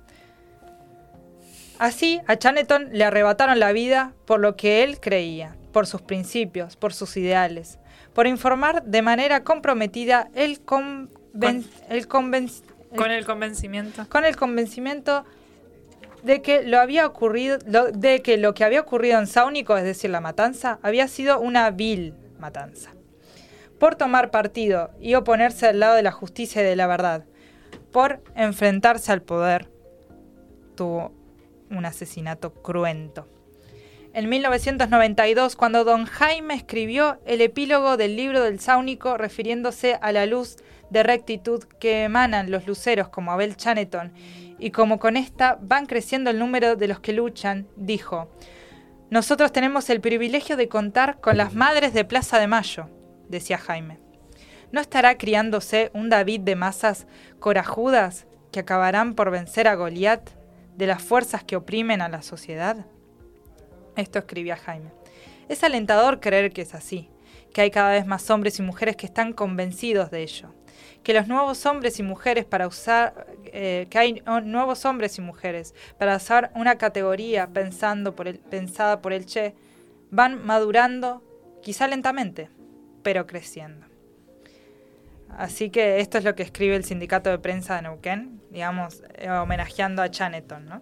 Así, a Chaneton le arrebataron la vida por lo que él creía, por sus principios, por sus ideales, por informar de manera comprometida Con el convencimiento. Con el convencimiento de que lo que había ocurrido en Sáunico, es decir, la matanza, había sido una vil matanza. Por tomar partido y oponerse al lado de la justicia y de la verdad, por enfrentarse al poder, tuvo un asesinato cruento. En 1992, cuando don Jaime escribió el epílogo del libro del Sáunico, refiriéndose a la luz de rectitud que emanan los luceros como Abel Chaneton, y como con esta van creciendo el número de los que luchan, dijo: «Nosotros tenemos el privilegio de contar con las madres de Plaza de Mayo», decía Jaime. ¿No estará criándose un David de masas corajudas que acabarán por vencer a Goliat de las fuerzas que oprimen a la sociedad? Esto escribía Jaime. Es alentador creer que es así, que hay cada vez más hombres y mujeres que están convencidos de ello, que los nuevos hombres y mujeres hay nuevos hombres y mujeres para usar una categoría pensada por el Che, van madurando, quizá lentamente, pero creciendo. Así que esto es lo que escribe el Sindicato de Prensa de Neuquén, digamos, homenajeando a Chaneton, ¿no?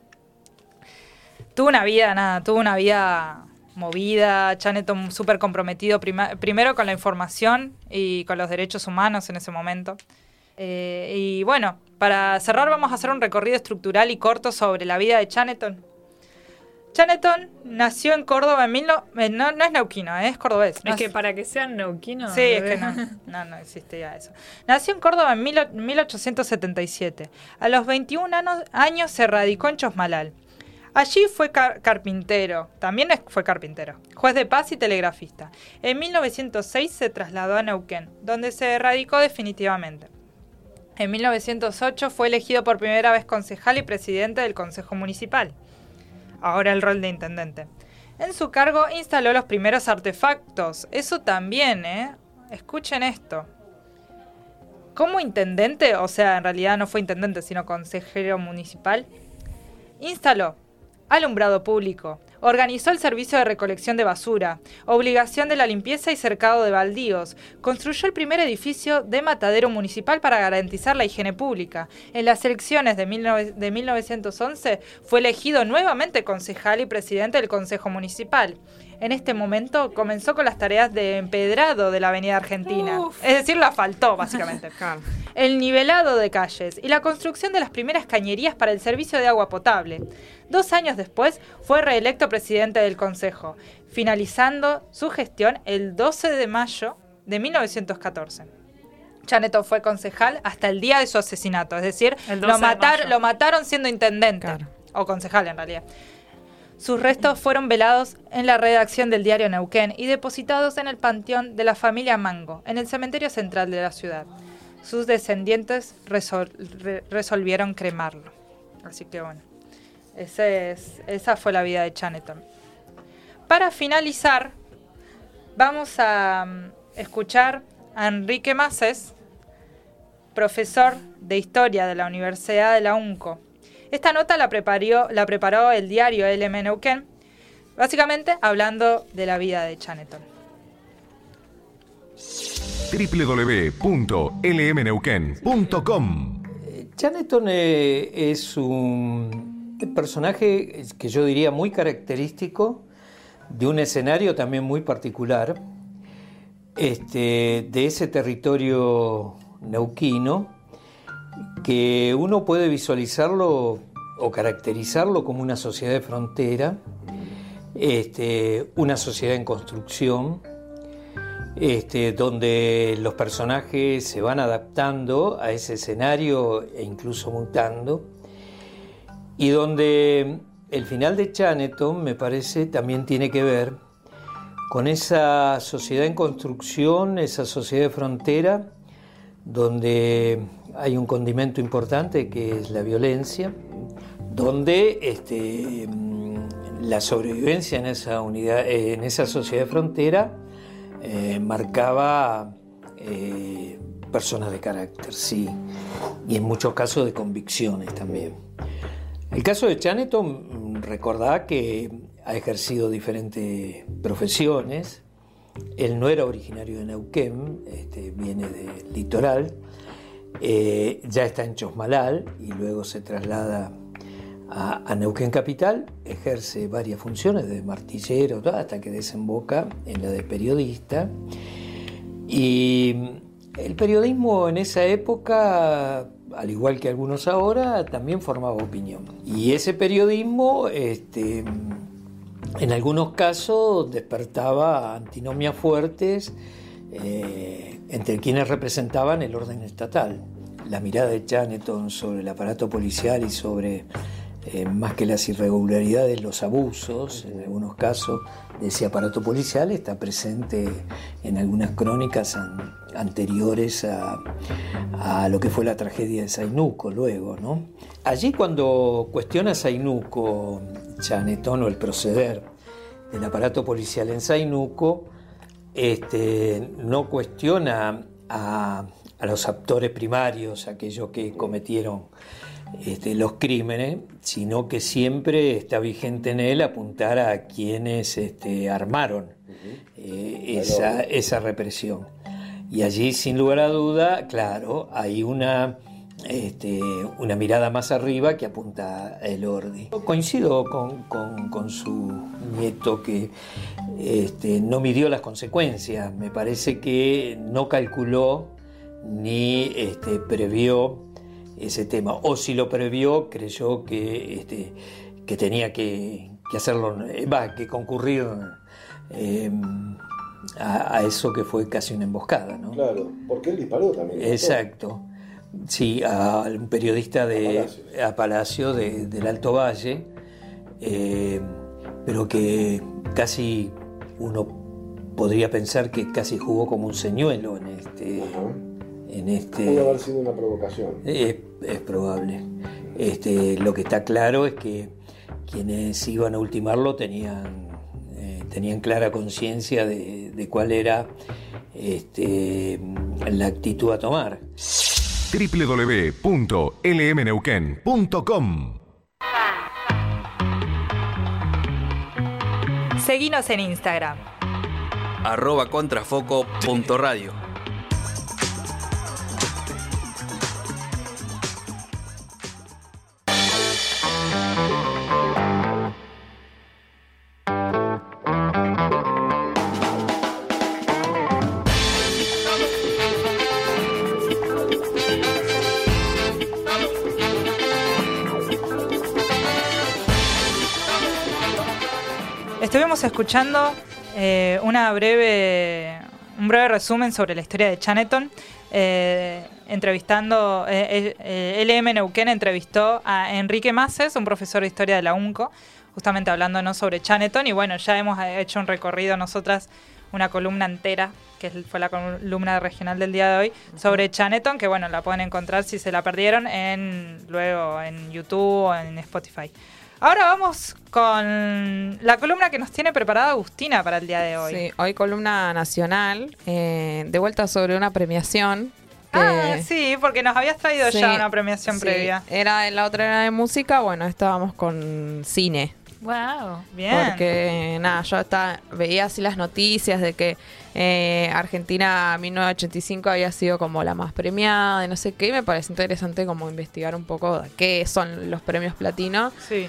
Tuvo una vida movida, Chaneton súper comprometido primero con la información y con los derechos humanos en ese momento. Y bueno, para cerrar vamos a hacer un recorrido estructural y corto sobre la vida de Chaneton. Chaneton nació en Córdoba no es neuquino, es cordobés. Es que para que sean neuquinos... Sí, es que no existía eso. Nació en Córdoba en 1877. A los 21 años se radicó en Chosmalal. Allí fue carpintero, juez de paz y telegrafista. En 1906 se trasladó a Neuquén, donde se radicó definitivamente. En 1908 fue elegido por primera vez concejal y presidente del Consejo Municipal, ahora el rol de intendente. En su cargo instaló los primeros artefactos, eso también, escuchen esto. Como intendente, o sea, en realidad no fue intendente, sino consejero municipal, instaló alumbrado público, organizó el servicio de recolección de basura, obligación de la limpieza y cercado de baldíos, construyó el primer edificio de matadero municipal para garantizar la higiene pública. En las elecciones de 1911 fue elegido nuevamente concejal y presidente del Consejo Municipal. En este momento comenzó con las tareas de empedrado de la Avenida Argentina. Es decir, lo asfaltó, básicamente. El nivelado de calles y la construcción de las primeras cañerías para el servicio de agua potable. 2 años después fue reelecto presidente del Consejo, finalizando su gestión el 12 de mayo de 1914. Chaneton fue concejal hasta el día de su asesinato, es decir, lo mataron siendo intendente, o concejal en realidad. Sus restos fueron velados en la redacción del diario Neuquén y depositados en el panteón de la familia Mango, en el cementerio central de la ciudad. Sus descendientes resolvieron cremarlo. Así que bueno, esa fue la vida de Chaneton. Para finalizar, vamos a escuchar a Enrique Masés, profesor de Historia de la Universidad de la UNCO. Esta nota la preparó el diario LM Neuquén, básicamente hablando de la vida de Chaneton. www.lmneuquén.com. Chaneton es un personaje que yo diría muy característico de un escenario también muy particular, de ese territorio neuquino, que uno puede visualizarlo o caracterizarlo como una sociedad de frontera, una sociedad en construcción, donde los personajes se van adaptando a ese escenario e incluso mutando, y donde el final de Chaneton, me parece, también tiene que ver con esa sociedad en construcción, esa sociedad de frontera, donde hay un condimento importante que es la violencia, donde la sobrevivencia en esa unidad, en esa sociedad de frontera, marcaba personas de carácter, sí, y en muchos casos de convicciones también. El caso de Chaneton, recordá que ha ejercido diferentes profesiones. Él no era originario de Neuquén, viene del litoral, ya está en Chosmalal y luego se traslada a Neuquén Capital, ejerce varias funciones de martillero hasta que desemboca en la de periodista. Y el periodismo en esa época, al igual que algunos ahora, también formaba opinión. Y ese periodismo, en algunos casos, despertaba antinomias fuertes entre quienes representaban el orden estatal. La mirada de Chaneton sobre el aparato policial y sobre, más que las irregularidades, los abusos, en algunos casos, de ese aparato policial está presente en algunas crónicas anteriores a lo que fue la tragedia de Zainuco luego, ¿no? Allí, cuando cuestiona Zainuco, Chaneton, o el proceder del aparato policial en Zainuco, no cuestiona a los actores primarios, aquellos que cometieron los crímenes, sino que siempre está vigente en él apuntar a quienes armaron esa represión. Y allí, sin lugar a duda, claro, hay una mirada más arriba que apunta a Elordi. Coincido con su nieto que no midió las consecuencias. Me parece que no calculó ni previó ese tema, o si lo previó, creyó que tenía que hacerlo, que concurrir a eso que fue casi una emboscada, ¿no? Claro, porque él disparó también. Exacto. Sí, a un periodista a Palacio del Alto Valle, pero que casi uno podría pensar que casi jugó como un señuelo en Pudo haber sido una provocación. Es probable. Lo que está claro es que quienes iban a ultimarlo tenían clara conciencia de cuál era la actitud a tomar. www.lmneuquén.com. Seguinos en Instagram. @contrafoco.radio. Estuvimos escuchando un breve resumen sobre la historia de Chaneton. Entrevistando, LM Neuquén entrevistó a Enrique Maces, un profesor de historia de la UNCO, justamente hablándonos sobre Chaneton. Y bueno, ya hemos hecho un recorrido nosotras, una columna entera, que fue la columna regional del día de hoy, sobre Chaneton, que bueno, la pueden encontrar si se la perdieron luego en YouTube o en Spotify. Ahora vamos con la columna que nos tiene preparada Agustina para el día de hoy. Sí, hoy columna nacional, de vuelta sobre una premiación. Sí, porque nos habías traído ya una premiación previa. La otra era de música, bueno, estábamos con cine. Wow, bien. Porque yo veía así las noticias de que Argentina 1985 había sido como la más premiada, de no sé qué, y me parece interesante como investigar un poco de qué son los premios platino. Sí.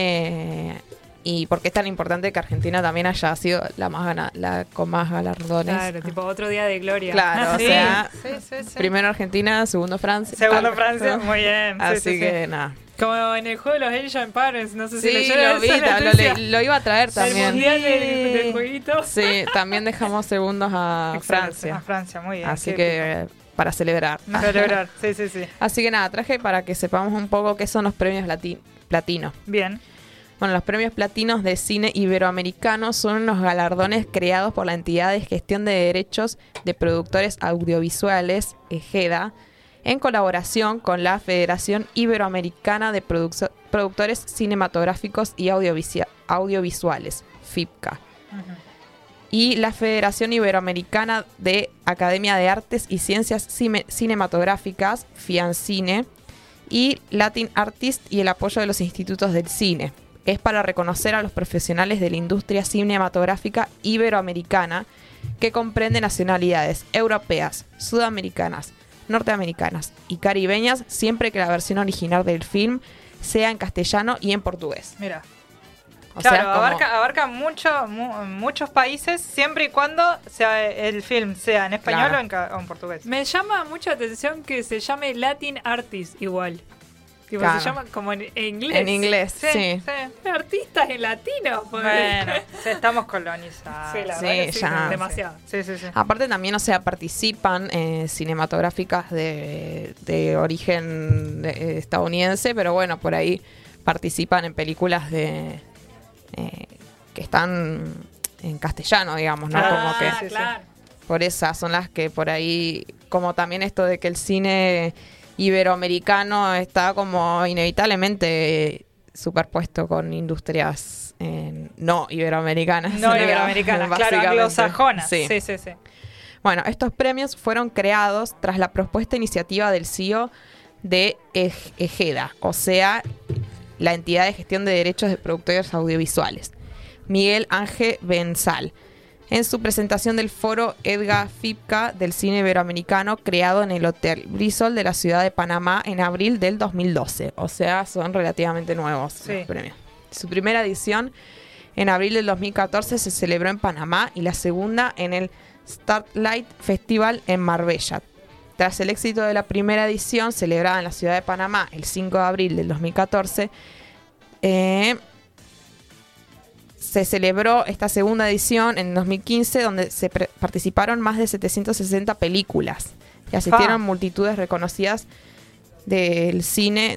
Y por qué es tan importante que Argentina también haya sido la con más galardones. Claro, tipo otro día de gloria. Claro, sí, o sea, sí. Primero Argentina, segundo Francia. Segundo Francia, muy bien. Así que nada. Como en el juego de los Age of Empires, no sé si lo iba a traer también. El mundial del jueguito. Sí, también dejamos segundos a Francia. A Francia, muy bien. Así que para celebrar. Sí. Así que nada, traje para que sepamos un poco qué son los premios platino. Bien. Bueno, los premios platinos de cine iberoamericano son unos galardones creados por la entidad de gestión de derechos de productores audiovisuales, EGEDA, en colaboración con la Federación Iberoamericana de Productores Cinematográficos y Audiovisuales, FIPCA, y la Federación Iberoamericana de Academia de Artes y Ciencias Cinematográficas, FIANCINE, y Latin Artist y el apoyo de los institutos del cine. Es para reconocer a los profesionales de la industria cinematográfica iberoamericana, que comprende nacionalidades europeas, sudamericanas, norteamericanas y caribeñas, siempre que la versión original del film sea en castellano y en portugués. Mira. O Claro, sea, como- abarca muchos países, siempre y cuando el film sea en español Claro. o en portugués. Me llama mucha atención que se llame Latin Artist igual. Tipo, Claro. se llama como en inglés. En inglés, sí. Artistas en latino. porque- Bueno, estamos colonizados. Sí, la Sí, verdad que sí, ya. demasiado. Sí. Aparte también, o sea, participan cinematográficas de origen estadounidense, pero bueno, por ahí participan en películas que están en castellano, digamos, ¿no? Ah, Como que sí, sí. claro. por esas son las que por ahí, como también esto de que el cine iberoamericano está como inevitablemente superpuesto con industrias no iberoamericanas. No iberoamericanas, claro, básicamente. anglosajonas. Sí. Sí. Bueno, estos premios fueron creados tras la propuesta iniciativa del CEO de EGEDA, o sea, la entidad de gestión de derechos de productores audiovisuales, Miguel Ángel Benzal, en su presentación del foro Edgar Fipka del cine iberoamericano creado en el Hotel Bristol de la ciudad de Panamá en abril del 2012. O sea, son relativamente nuevos Sí. los premios. Su primera edición en abril del 2014 se celebró en Panamá y la segunda en el Starlight Festival en Marbella. Tras el éxito de la primera edición, celebrada en la ciudad de Panamá el 5 de abril del 2014, se celebró esta segunda edición en 2015, donde participaron más de 760 películas y asistieron multitudes reconocidas del cine,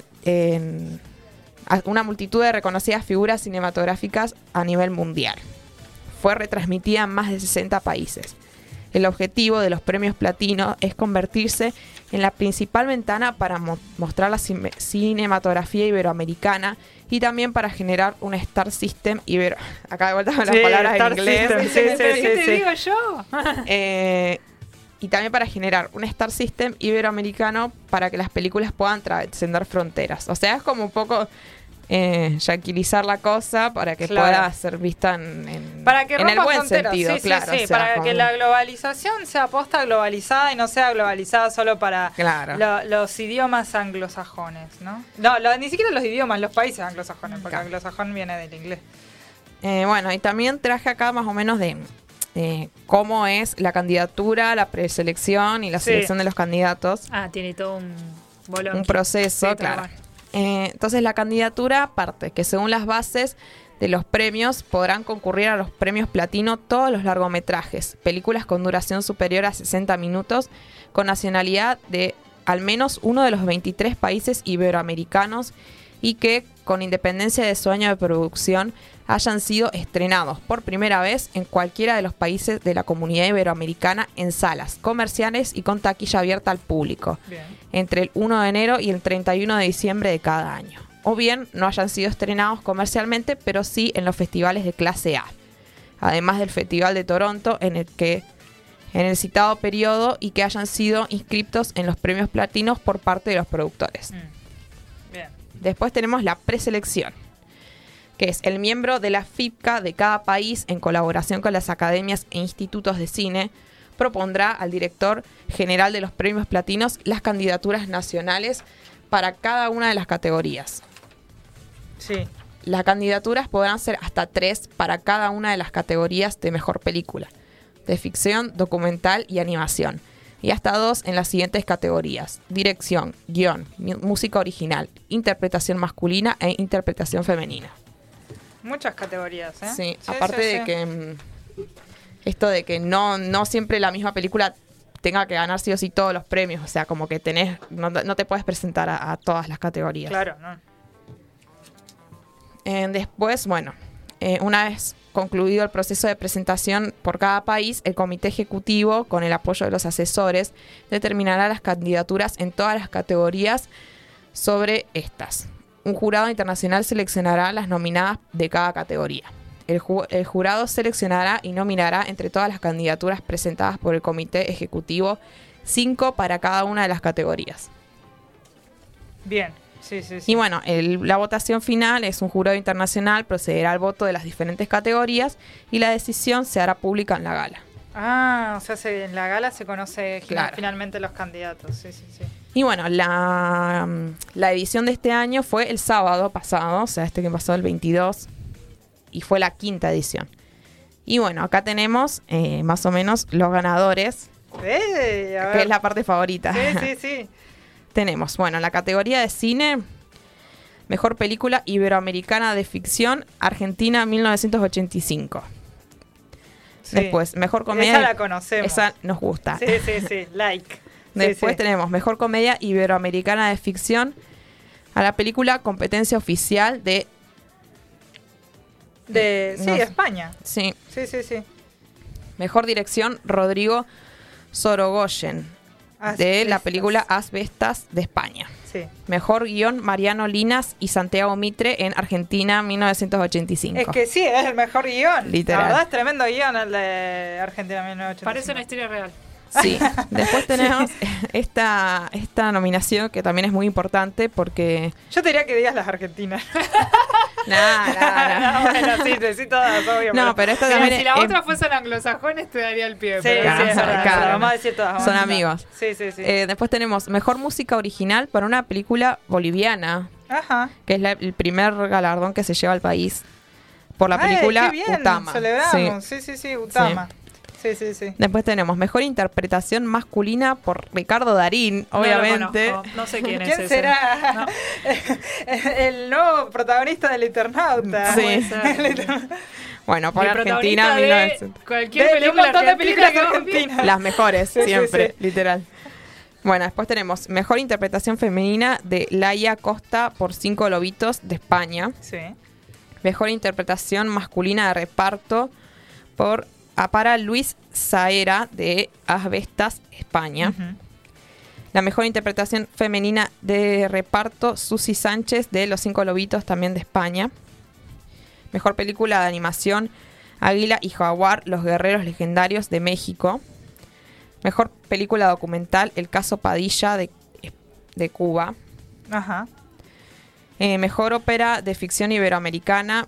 una multitud de reconocidas figuras cinematográficas a nivel mundial. Fue retransmitida en más de 60 países. El objetivo de los premios platino es convertirse en la principal ventana para mostrar la cinematografía iberoamericana y también para generar un Star System ibero. Acá de vuelta con las Sí, palabras en Star inglés. System, sí, ¿Pero sí, qué te sí. digo yo? Y también para generar un Star System iberoamericano para que las películas puedan trascender fronteras. O sea, es como un poco yanquilizar la cosa para que Claro. pueda ser vista en Para que el rompa buen fronteras. sentido, Sí, claro. sí, o sea, para como- que la globalización sea posta globalizada y no sea globalizada solo para Claro. los idiomas anglosajones, ¿no? Ni siquiera los idiomas, los países anglosajones, porque Claro. anglosajón viene del inglés. Bueno, y también traje acá más o menos de cómo es la candidatura, la preselección y la Sí. selección de los candidatos. Ah, tiene todo un bolón. Un proceso, Sí, claro. tal cual. Entonces la candidatura parte que según las bases de los premios podrán concurrir a los premios platino todos los largometrajes, películas con duración superior a 60 minutos, con nacionalidad de al menos uno de los 23 países iberoamericanos y que, con independencia de su año de producción, hayan sido estrenados por primera vez en cualquiera de los países de la comunidad iberoamericana en salas comerciales y con taquilla abierta al público Bien. entre el 1 de enero y el 31 de diciembre de cada año. O bien no hayan sido estrenados comercialmente, pero sí en los festivales de clase A. Además del Festival de Toronto, en el citado periodo, y que hayan sido inscriptos en los premios platinos por parte de los productores. Bien. Después tenemos la preselección, que es el miembro de la FIPCA de cada país, en colaboración con las academias e institutos de cine, propondrá al director general de los premios platinos las candidaturas nacionales para cada una de las categorías. Sí. Las candidaturas podrán ser hasta 3 para cada una de las categorías de mejor película, de ficción, documental y animación, y hasta 2 en las siguientes categorías: dirección, guión, música original, interpretación masculina e interpretación femenina. Muchas categorías, ¿eh? Sí, aparte de sí. que esto de que no siempre la misma película tenga que ganar sí o sí todos los premios, o sea, como que no te puedes presentar a todas las categorías. Claro, ¿no? Después, bueno, una vez concluido el proceso de presentación por cada país, el comité ejecutivo, con el apoyo de los asesores, determinará las candidaturas en todas las categorías sobre estas. Un jurado internacional seleccionará las nominadas de cada categoría. El jurado seleccionará y nominará entre todas las candidaturas presentadas por el comité ejecutivo 5 para cada una de las categorías. Bien. Sí, sí, sí. Y bueno, la votación final es un jurado internacional, procederá al voto de las diferentes categorías y la decisión se hará pública en la gala. Ah, o sea, en la gala se conoce Claro. finalmente los candidatos. Sí. Y bueno, la edición de este año fue el sábado pasado, o sea, este que pasó el 22, y fue la 5ª edición. Y bueno, acá tenemos más o menos los ganadores, A ver. que es la parte favorita. Sí. Tenemos, bueno, la categoría de cine, mejor película iberoamericana de ficción, Argentina 1985. Sí. Después, mejor comedia. Esa la conocemos. Esa nos gusta. Sí, like. Después Sí. tenemos mejor comedia iberoamericana de ficción a la película Competencia Oficial de... Sí, no sé. España. Sí. Sí. Mejor dirección Rodrigo Sorogoyen de la película Asbestas de España. Sí. Mejor guión Mariano Linas y Santiago Mitre en Argentina 1985. Es que sí, es el mejor guión. Literal. La verdad es tremendo guión el de Argentina 1985. Parece una historia real. Sí. Después tenemos esta nominación que también es muy importante porque... Yo te diría que digas las argentinas. No. Bueno, sí, todas, obvio. No, pero esta Mira, también si la es- otra fuesen anglosajones te daría el pie. Sí, pero Claro, es verdad, claro. vamos a decir todas. Son amigos. Sí. Después tenemos mejor música original para una película boliviana, Ajá. que es el primer galardón que se lleva al país por la Ay, película qué bien, Utama. Celebramos. Sí. Sí, Utama. Sí. Después tenemos mejor interpretación masculina por Ricardo Darín, No lo obviamente. conozco, no sé quién es ¿Quién ese. será? No. El nuevo protagonista del Eternauta. Sí. Puede ser. Bueno, por El Argentina protagonista de 1900. cualquier De un película montón de películas argentina que argentinas. Las mejores, Sí, siempre, sí. literal. Bueno, después tenemos mejor interpretación femenina de Laia Costa por 5 lobitos de España. Sí. Mejor interpretación masculina de reparto para Luis Saera de Asbestas, España. Ujú. La mejor interpretación femenina de reparto, Susi Sánchez de Los 5 Lobitos, también de España. Mejor película de animación, Águila y Jaguar, Los Guerreros Legendarios de México. Mejor película documental, El caso Padilla de Cuba. Ajá. Mejor ópera de ficción iberoamericana,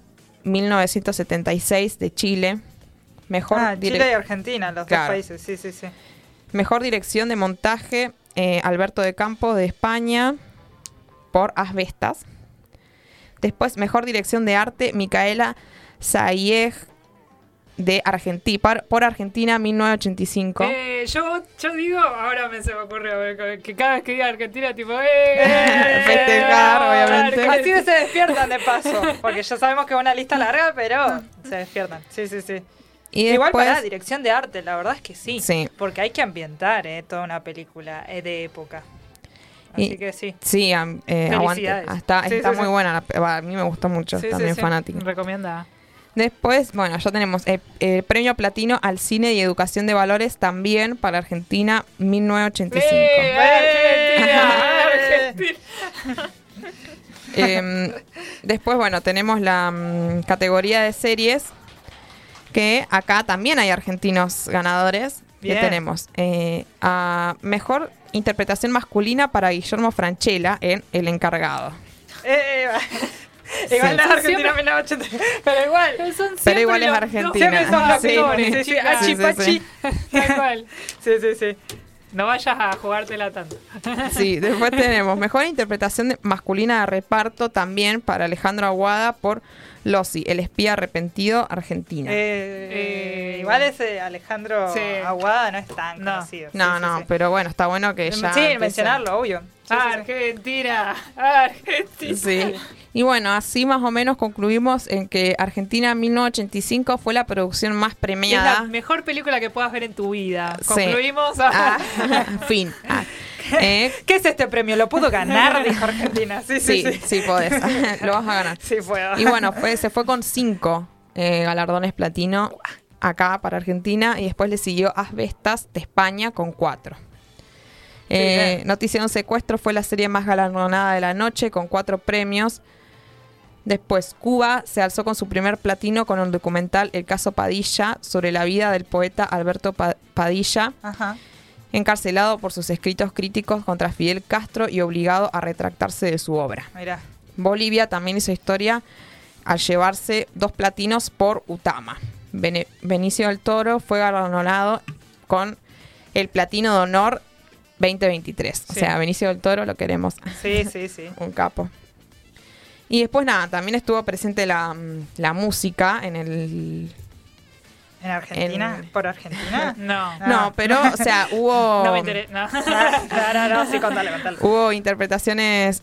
1976 de Chile. Mejor Chile y Argentina, los Claro. dos países. Sí. Mejor dirección de montaje, Alberto de Campos de España por Asbestas. Después, mejor dirección de arte, Micaela Sayeg de Argentina, por Argentina 1985. Yo digo, ahora se me ocurre que cada vez que diga Argentina, tipo, Festejar, obviamente. Así se despiertan de paso, porque ya sabemos que es una lista larga, pero se despiertan. Sí. Y Igual después, para dirección de arte, la verdad es que sí. Sí. Porque hay que ambientar toda una película de época. Así Y- que sí. sí, aguante. Felicidades. Está Sí, muy sí. buena. A mí me gustó mucho, Sí, también sí. fanática. Recomienda. Después, bueno, ya tenemos el premio platino al cine y educación de valores también para Argentina 1985. Argentina! Después, bueno, tenemos la categoría de series, que acá también hay argentinos ganadores. Bien. Que tenemos a mejor interpretación masculina para Guillermo Francella en El Encargado. Igual no es Son Argentina siempre- 1980, pero igual. Pero igual es Argentina. Siempre son los Sí. actores. Sí, Sí, Achi, sí, Pachi. Tal cual. Sí. No vayas a jugártela tanto. Sí, después tenemos mejor interpretación masculina de reparto también para Alejandro Aguada por Lossi, el espía arrepentido, Argentina. Igual ese Alejandro Sí. Aguada no es tan No. conocido. No, Sí, no, sí. pero bueno, está bueno que ya... Sí, empiece- mencionarlo, obvio. Sí. Argentina. Argentina. Sí. Y bueno, así más o menos concluimos en que Argentina 1985 fue la producción más Es la premiada. mejor película que puedas ver en tu vida. Sí. Concluimos. Ah, fin. ¿Qué es este premio? ¿Lo pudo ganar? Dijo Argentina. Sí, podés. Lo vas a ganar. Sí, puedo. Y bueno, se fue con 5 galardones platino acá para Argentina y después le siguió Asbestas de España con 4. bien. Noticia de un secuestro fue la serie más galardonada de la noche con 4 premios. Después, Cuba se alzó con su primer platino con el documental El caso Padilla sobre la vida del poeta Alberto Padilla, Ajá. encarcelado por sus escritos críticos contra Fidel Castro y obligado a retractarse de su obra. Mirá. Bolivia también hizo historia al llevarse 2 platinos por Utama. Benicio del Toro fue galardonado con el Platino de Honor 2023. O Sí. sea, Benicio del Toro lo queremos. Sí. Un capo. Y después nada, también estuvo presente la música en el... ¿En Argentina? En- ¿Por Argentina? No. No, pero, o sea, hubo... No me interesa. No. No, sí, contale. Hubo interpretaciones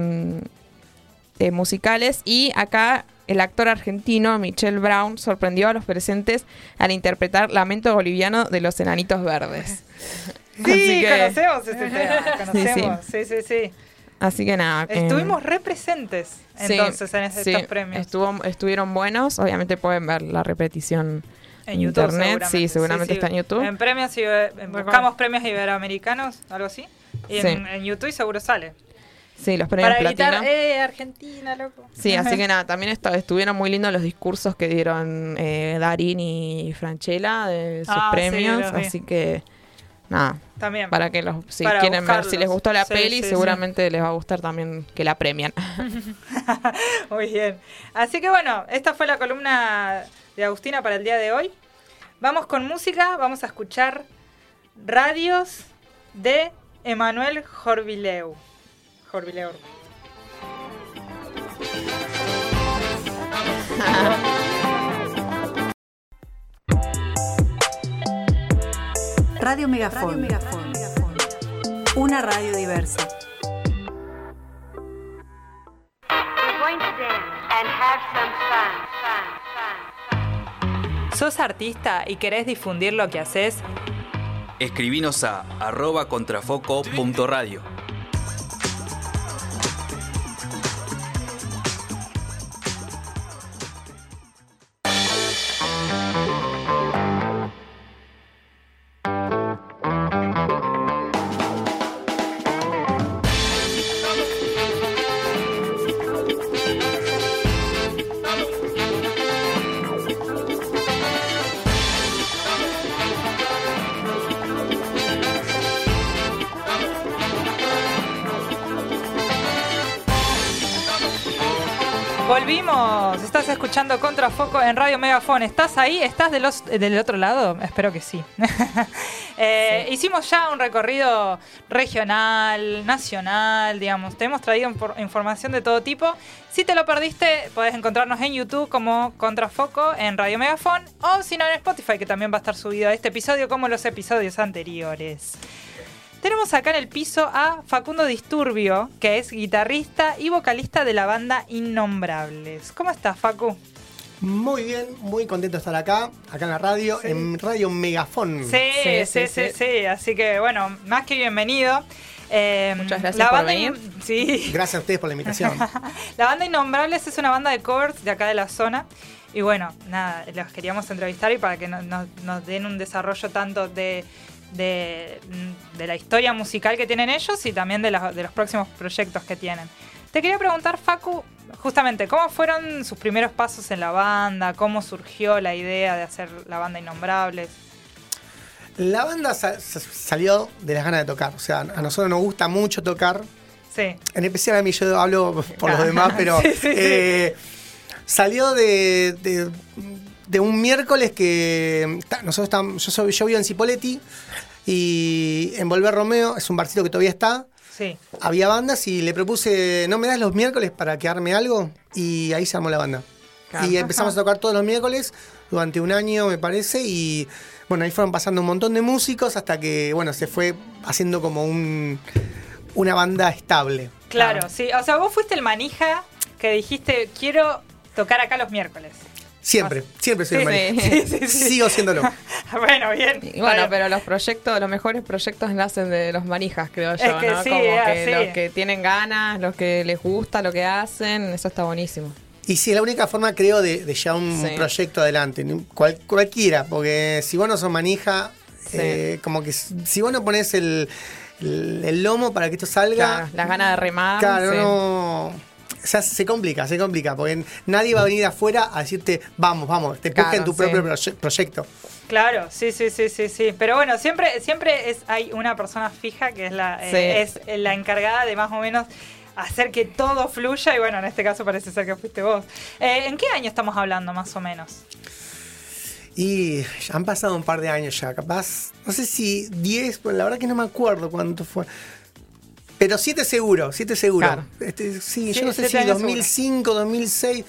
musicales y acá el actor argentino Michelle Brown sorprendió a los presentes al interpretar Lamento Boliviano de los Enanitos Verdes. Sí, conocemos ese tema, sí. Así que nada. Estuvimos re presentes entonces en sí, estos premios. Estuvieron buenos, obviamente pueden ver la repetición En YouTube, internet, sí, seguramente está en YouTube. En premios, buscamos premios iberoamericanos, algo así. Y Sí. en YouTube seguro sale. Sí, los premios Para Platino. gritar, Argentina, loco. Sí, así que nada, también estuvieron muy lindos los discursos que dieron Darín y Franchella de sus Ah, sí, premios, los vi. así que nada, También. para que si Para quieren ver, buscarlos. si les gustó la Sí, peli, sí, seguramente les va a gustar también que la premian. Muy bien. Así que bueno, esta fue la columna de Agustina para el día de hoy. Vamos con música, vamos a escuchar Radios de Emanuel Jorvileu. Radio Megafón. Una radio diversa. We're going to dance and have some fun. ¿Sos artista y querés difundir lo que haces? Escribinos a @contrafoco.radio. Volvimos, estás escuchando Contrafoco en Radio Megafón. ¿Estás ahí? ¿Estás del otro lado? Espero que sí. Hicimos ya un recorrido regional, nacional, digamos. Te hemos traído información de todo tipo. Si te lo perdiste, podés encontrarnos en YouTube como Contrafoco en Radio Megafón, o si no en Spotify, que también va a estar subido a este episodio como los episodios anteriores. Tenemos acá en el piso a Facundo Disturbio, que es guitarrista y vocalista de la banda Innombrables. ¿Cómo estás, Facu? Muy bien, muy contento de estar acá en la radio, Sí. en Radio Megafón. Sí. Así que, bueno, más que bienvenido. Muchas gracias la por banda venir. Sí. Gracias a ustedes por la invitación. La banda Innombrables es una banda de covers de acá de la zona. Y bueno, nada, los queríamos entrevistar y para que nos den un desarrollo tanto de la historia musical que tienen ellos y también de los próximos proyectos que tienen. Te quería preguntar, Facu, justamente, ¿cómo fueron sus primeros pasos en la banda? ¿Cómo surgió la idea de hacer la banda Innombrables? La banda salió de las ganas de tocar. O sea, a nosotros nos gusta mucho tocar. Sí. En especial a mí, yo hablo por los demás, pero Sí. Salió de un miércoles que yo vivo en Cipolletti y en Volver Romeo, es un barcito que todavía está. Sí. Había bandas y le propuse, ¿no me das los miércoles para quedarme algo? Y ahí se armó la banda. Claro. Y empezamos a tocar todos los miércoles durante un año, me parece, y bueno, ahí fueron pasando un montón de músicos hasta que, bueno, se fue haciendo como una banda estable. Claro, sí. O sea, vos fuiste el manija que dijiste, quiero tocar acá los miércoles. Siempre soy el Sí, manija. sí. Sigo siéndolo. Bueno, bien. Y bueno, Está bien. pero los mejores proyectos nacen de los manijas, creo yo, Es que ¿no? sí, Como que sí. los que tienen ganas, los que les gusta lo que hacen, eso está buenísimo. Y sí, es la única forma, creo, de llevar un Sí. proyecto adelante. Cualquiera, porque si vos no sos manija, Sí. como que si vos no pones el lomo para que esto salga, Claro, las ganas de remar. claro, sí. no. O sea, se complica, porque nadie va a venir afuera a decirte, vamos, te empuja Claro, en tu sí. propio proyecto. Claro, sí. Pero bueno, siempre hay una persona fija que es la encargada de más o menos hacer que todo fluya. Y bueno, en este caso parece ser que fuiste vos. ¿En qué año estamos hablando, más o menos? Y han pasado un par de años ya, capaz, no sé si 10, pues la verdad que no me acuerdo cuánto fue. Pero 7 seguro. Claro. Sí, yo no sé si 2005, 2006,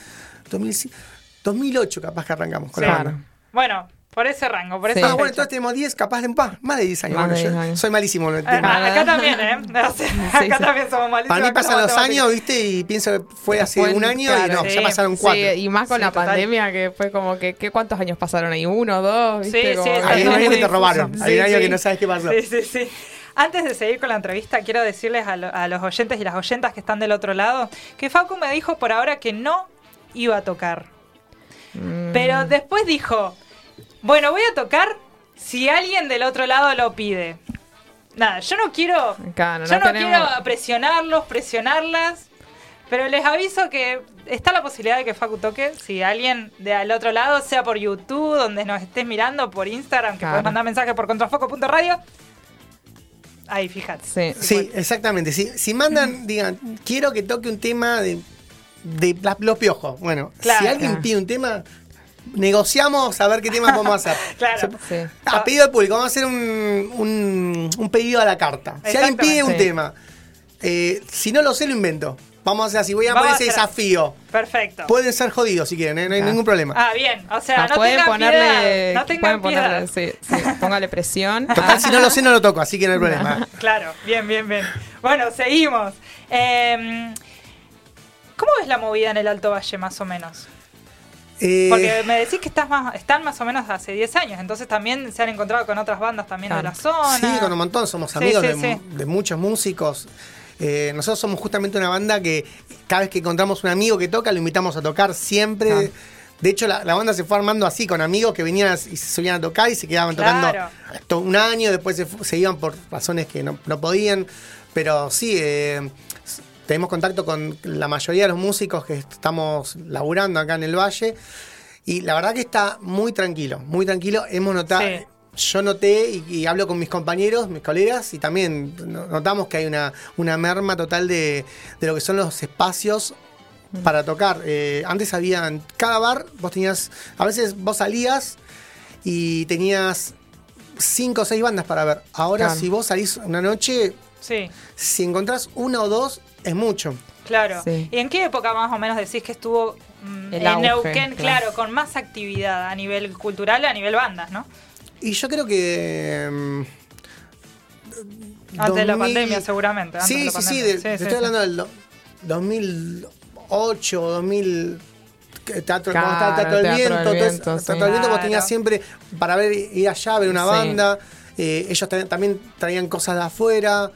2008 capaz que arrancamos con la banda. Bueno, por ese rango, por esa Bueno, fecha. entonces tenemos 10, capaz de más de 10 años. Más Bueno, de yo 10 años. soy malísimo en el tema. Acá también, ¿eh? O sea, acá también somos malísimos. Para mí con la pasan los matemática. años, ¿viste? Y pienso que fue hace Fue- un año claro, y no, sí. ya pasaron 4. Sí, y más con Sí, la total. pandemia, que fue como que ¿cuántos años pasaron ahí? 1, 2, ¿viste? Sí, Como sí, que- Hay un año que te Sí, robaron. sí, Hay un año sí. que no sabes qué pasó. Sí. Antes de seguir con la entrevista, quiero decirles a los oyentes y las oyentas que están del otro lado que Facu me dijo por ahora que no iba a tocar. Pero después dijo, bueno, voy a tocar si alguien del otro lado lo pide. Nada, yo no quiero, Claro, yo no no queremos- quiero presionarlas, pero les aviso que está la posibilidad de que Facu toque si alguien de al otro lado, sea por YouTube, donde nos estés mirando, por Instagram, que Claro. puedes mandar mensaje por contrafoco.radio. Ahí, fíjate. Sí. Sí, exactamente. Si mandan, digan, quiero que toque un tema de los piojos. Bueno, Claro. si alguien pide un tema, negociamos a ver qué tema podemos hacer. Claro. Sí. A pedido del público, vamos a hacer un pedido a la carta. Si alguien pide un Sí. tema, si no lo sé, lo invento. Vamos a hacer así, voy a Vamos poner a ese hacer- desafío. Perfecto. Pueden ser jodidos si quieren, no hay ningún problema. Ah, bien. O sea, no pueden tengan ponerle, piedad. No tengan pueden piedad. ponerle, sí, póngale presión. Total, si no lo sé, no lo toco, así que no hay problema. Claro, bien. Bueno, seguimos. ¿Cómo ves la movida en el Alto Valle, más o menos? Porque me decís que están más o menos hace 10 años, entonces también se han encontrado con otras bandas también de la zona. Sí, con un montón, somos Sí, amigos sí, sí. de muchos músicos. Nosotros somos justamente una banda que cada vez que encontramos un amigo que toca, lo invitamos a tocar siempre. Ah. De hecho, la banda se fue armando así, con amigos que venían y se subían a tocar y se quedaban Claro. tocando todo un año, después se iban por razones que no podían. Pero sí, tenemos contacto con la mayoría de los músicos que estamos laburando acá en el Valle. Y la verdad que está muy tranquilo, muy tranquilo. Hemos notado, Sí. yo noté y hablo con mis compañeros, mis colegas, y también notamos que hay una merma total de lo que son los espacios para tocar. Antes había, en cada bar, vos tenías, a veces vos salías y tenías 5 o 6 bandas para ver. Ahora Claro. si vos salís una noche, Sí, si encontrás 1 o 2, es mucho. claro. Sí. ¿Y en qué época más o menos decís que estuvo El en auge, Neuquén, claro. claro, con más actividad a nivel cultural y a nivel bandas, ¿no? Y yo creo que... Antes de la 2000 pandemia, seguramente. Antes de Sí, la sí, sí, pandemia. te estoy hablando del 2008, 2000... Teatro, Claro, cuando estaba el Teatro del Teatro Viento, del entonces, Viento, sí. Teatro del Viento vos Claro. tenías siempre para ir allá a ver una Sí. banda. Ellos también traían cosas de afuera.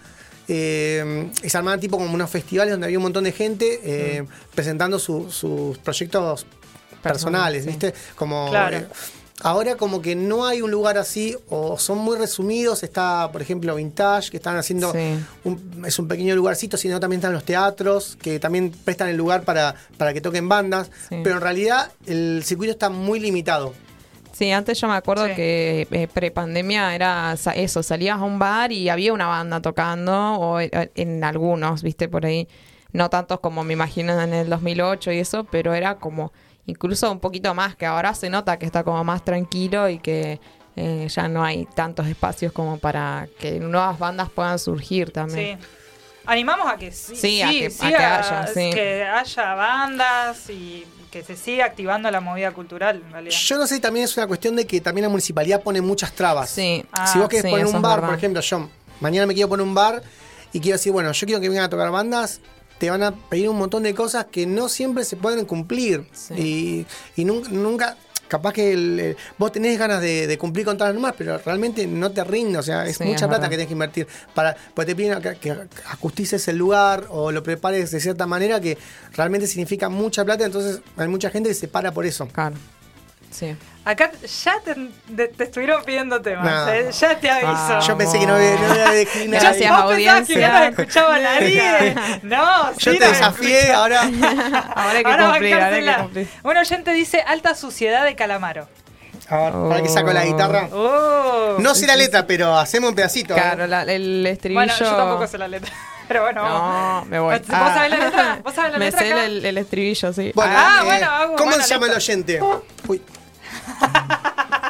Y se armaban tipo como unos festivales donde había un montón de gente presentando sus proyectos personales, sí. ¿viste? Como Claro. ahora como que no hay un lugar así, o son muy resumidos. Está, por ejemplo, Vintage, que están haciendo Sí. es un pequeño lugarcito, sino también están los teatros, que también prestan el lugar para que toquen bandas. Sí. Pero en realidad el circuito está muy limitado. Sí, antes yo me acuerdo Sí. que pre-pandemia era eso, salías a un bar y había una banda tocando, o en algunos, viste, por ahí, no tantos como me imagino en el 2008 y eso, pero era como incluso un poquito más, que ahora se nota que está como más tranquilo y que ya no hay tantos espacios como para que nuevas bandas puedan surgir también. Sí. Animamos a que sí, Sí, a que siga, haya, sí. que haya bandas y que se siga activando la movida cultural, en realidad. Yo no sé, también es una cuestión de que también la municipalidad pone muchas trabas. Sí. Si vos querés sí, poner eso un es bar, verdad. por ejemplo, yo mañana me quiero poner un bar y quiero decir, bueno, yo quiero que vengan a tocar bandas, te van a pedir un montón de cosas que no siempre se pueden cumplir. Sí. Y nunca, capaz que vos tenés ganas de cumplir con todas las normas, pero realmente no te rinde, o sea, es Sí, mucha es plata verdad. que tenés que invertir. Pues te piden que ajustices el lugar o lo prepares de cierta manera que realmente significa mucha plata, entonces hay mucha gente que se para por eso. Claro. Sí. Acá ya te estuvieron pidiendo temas, No. Ya te aviso. Ah, Yo pensé que no iba a declinar. Gracias, ¿Vos pensabas audiencia. que ya no escuchaba a nadie? No, Yo sí te nos desafié, escucha. ahora... Ahora hay que Ahora cumplir, ahora hay que bancársela. cumplir. Un oyente dice alta suciedad de Calamaro. A ver, para que saco la guitarra. Oh. No sé la letra, pero hacemos un pedacito. Claro, el estribillo. Bueno, yo tampoco sé la letra. Pero bueno, vamos. No, me voy. ¿Vos sabés la letra? ¿Vos sabés la me letra sé acá? el estribillo, sí. Bueno, bueno, ¿cómo bueno, se llama el listo. oyente? Uy.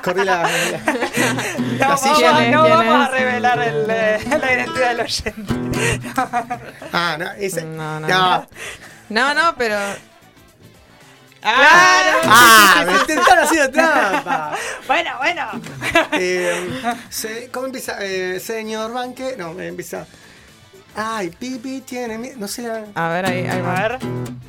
Corrí la No, silla. ¿Quién es? vamos a revelar la identidad del oyente. Ah, no, ese. No, pero... ¡Claro! ¡Ah! ¡Me intentaron haciendo trampa! Bueno. ¿Cómo empieza? Señor Banque. No, empieza. Ay, Pipi tiene miedo. No sé. A ver, ahí A va. ver.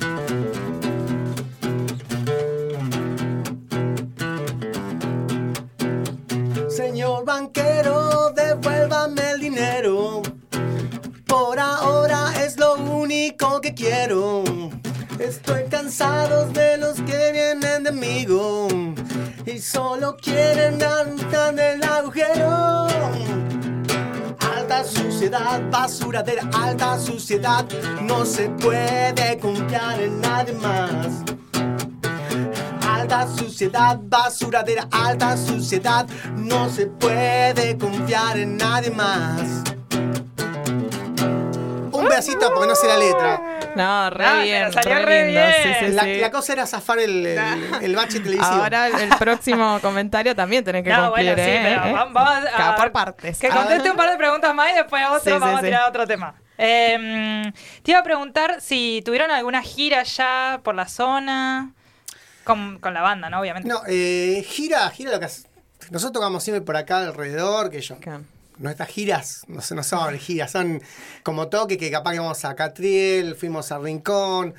Señor banquero, devuélvame el dinero. Por ahora es lo único que quiero. Estoy cansado de los que vienen de amigo y solo quieren arrancar del agujero. Alta suciedad, basuradera, alta suciedad. No se puede confiar en nadie más. Alta suciedad, basuradera, alta suciedad. No se puede confiar en nadie más. Un pedacito porque no sé la letra. No, re bien. salió re re lindo. bien. Sí, sí, sí. La cosa era zafar el bache televisivo. Ahora el próximo comentario también tenés que No, cumplir, bueno, sí, pero vamos a... Cada por partes. Que conteste un par de preguntas más y después a otro Sí, vamos a sí. tirar otro tema. Te iba a preguntar si tuvieron alguna gira ya por la zona con la banda, ¿no? Obviamente. No, gira lo que hace. Nosotros tocamos siempre por acá alrededor, que yo. Claro. Nuestras giras no son giras, son como toques que capaz que vamos a Catriel, fuimos a Rincón,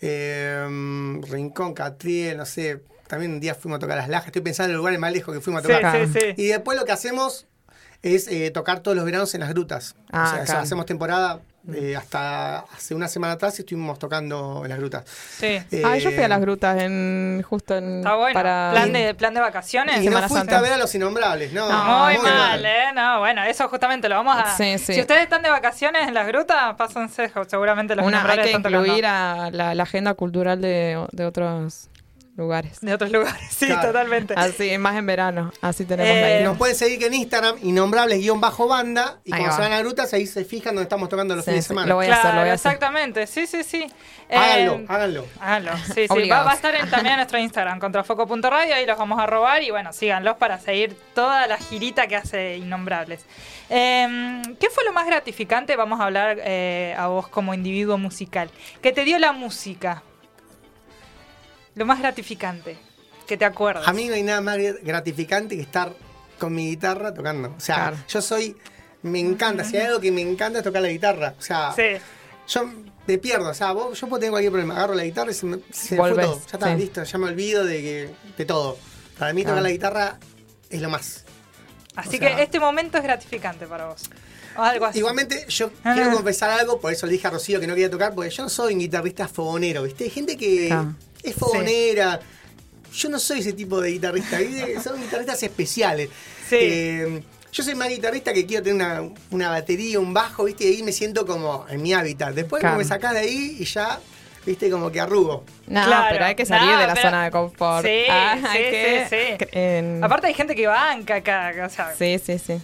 Catriel, no sé. También un día fuimos a tocar Las Lajas. Estoy pensando en el lugar más lejos que fuimos a tocar. Sí. Y después lo que hacemos es tocar todos los veranos en las grutas. Ah, o sea, claro. hacemos temporada. Hasta hace una semana atrás estuvimos tocando en las grutas. Sí. Yo fui a las grutas justo en... Está bueno. para... ¿Plan de vacaciones? Y Semana no fuiste Santa. a ver a Los Innombrables, ¿no? No, muy mal, ¿eh? No, bueno, eso justamente lo vamos a... Sí, sí. Si ustedes están de vacaciones en las grutas, pásense, seguramente los Hay Innombrables que están tocando. incluir a la agenda cultural de otros lugares. De otros lugares, sí, Claro. totalmente. Así, más en verano. Así tenemos la idea. Nos pueden seguir en Instagram, Innombrables_banda. Y Ahí cuando va. se van a grutas, ahí se fijan donde estamos tocando los Sí, fines de sí, semana. lo voy a hacer, Claro, lo voy a hacer. exactamente, sí. Háganlo. Háganlo, sí. Obligados. Va a estar también en nuestro Instagram, contrafoco.radio, ahí los vamos a robar y bueno, síganlos para seguir toda la girita que hace Innombrables. ¿Qué fue lo más gratificante? Vamos a hablar a vos como individuo musical. ¿Qué te dio la música? Lo más gratificante, que te acuerdas. A mí no hay nada más gratificante que estar con mi guitarra tocando. O sea, Claro. me encanta. Si hay algo que me encanta es tocar la guitarra. O sea, Sí. yo me pierdo. O sea, yo puedo tener cualquier problema. Agarro la guitarra y se me fue Volvés, todo. Ya está, sí. listo. Ya me olvido de todo. Para mí tocar Claro. la guitarra es lo más. Así o sea- que este momento es gratificante para vos. O algo así. Igualmente, yo quiero confesar algo, por eso le dije a Rocío que no quería tocar, porque yo no soy un guitarrista fogonero, ¿viste? Hay gente que Claro. es fogonera. Yo no soy ese tipo de guitarrista, ¿viste? Son guitarristas especiales. Sí. Yo soy más guitarrista que quiero tener una batería, un bajo, ¿viste? Y ahí me siento como en mi hábitat. Después Claro. como me sacás de ahí y ya, ¿viste? Como que arrugo. No, Claro. pero hay que salir No, de la pero- zona de confort. Sí, Hay sí, que... sí. Aparte hay gente que banca acá, o sea, Sí.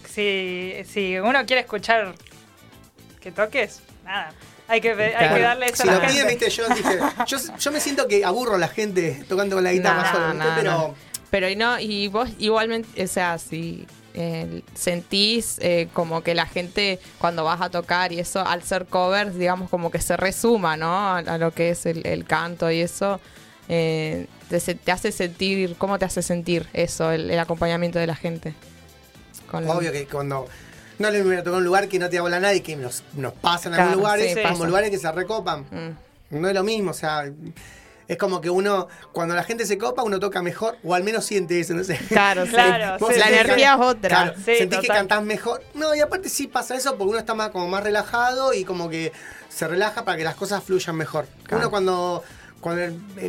si uno quiere escuchar que toques, nada, hay que Claro. darle eso Si a lo la piden, gente. ¿viste? Yo dije, yo me siento que aburro a la gente tocando con la guitarra solo, ¿viste? Pero... No. Pero y vos igualmente, o sea, si sentís como que la gente cuando vas a tocar y eso, al ser covers, digamos como que se resuma, ¿no? A lo que es el canto y eso, te hace sentir, ¿cómo te hace sentir eso, el acompañamiento de la gente? Obvio que cuando no le voy a tocar un lugar que no te habla nadie, que nos pasan en Claro, algunos lugares, sí, como pasa. lugares que se recopan. No es lo mismo, o sea, es como que uno, cuando la gente se copa, uno toca mejor, o al menos siente eso, no sé. Claro, sí. Claro, Vos sí. La sentís energía que- es otra. Claro, Sí, sentís que total. cantás mejor. No, y aparte sí pasa eso porque uno está como más relajado y como que se relaja para que las cosas fluyan mejor. Claro. Uno cuando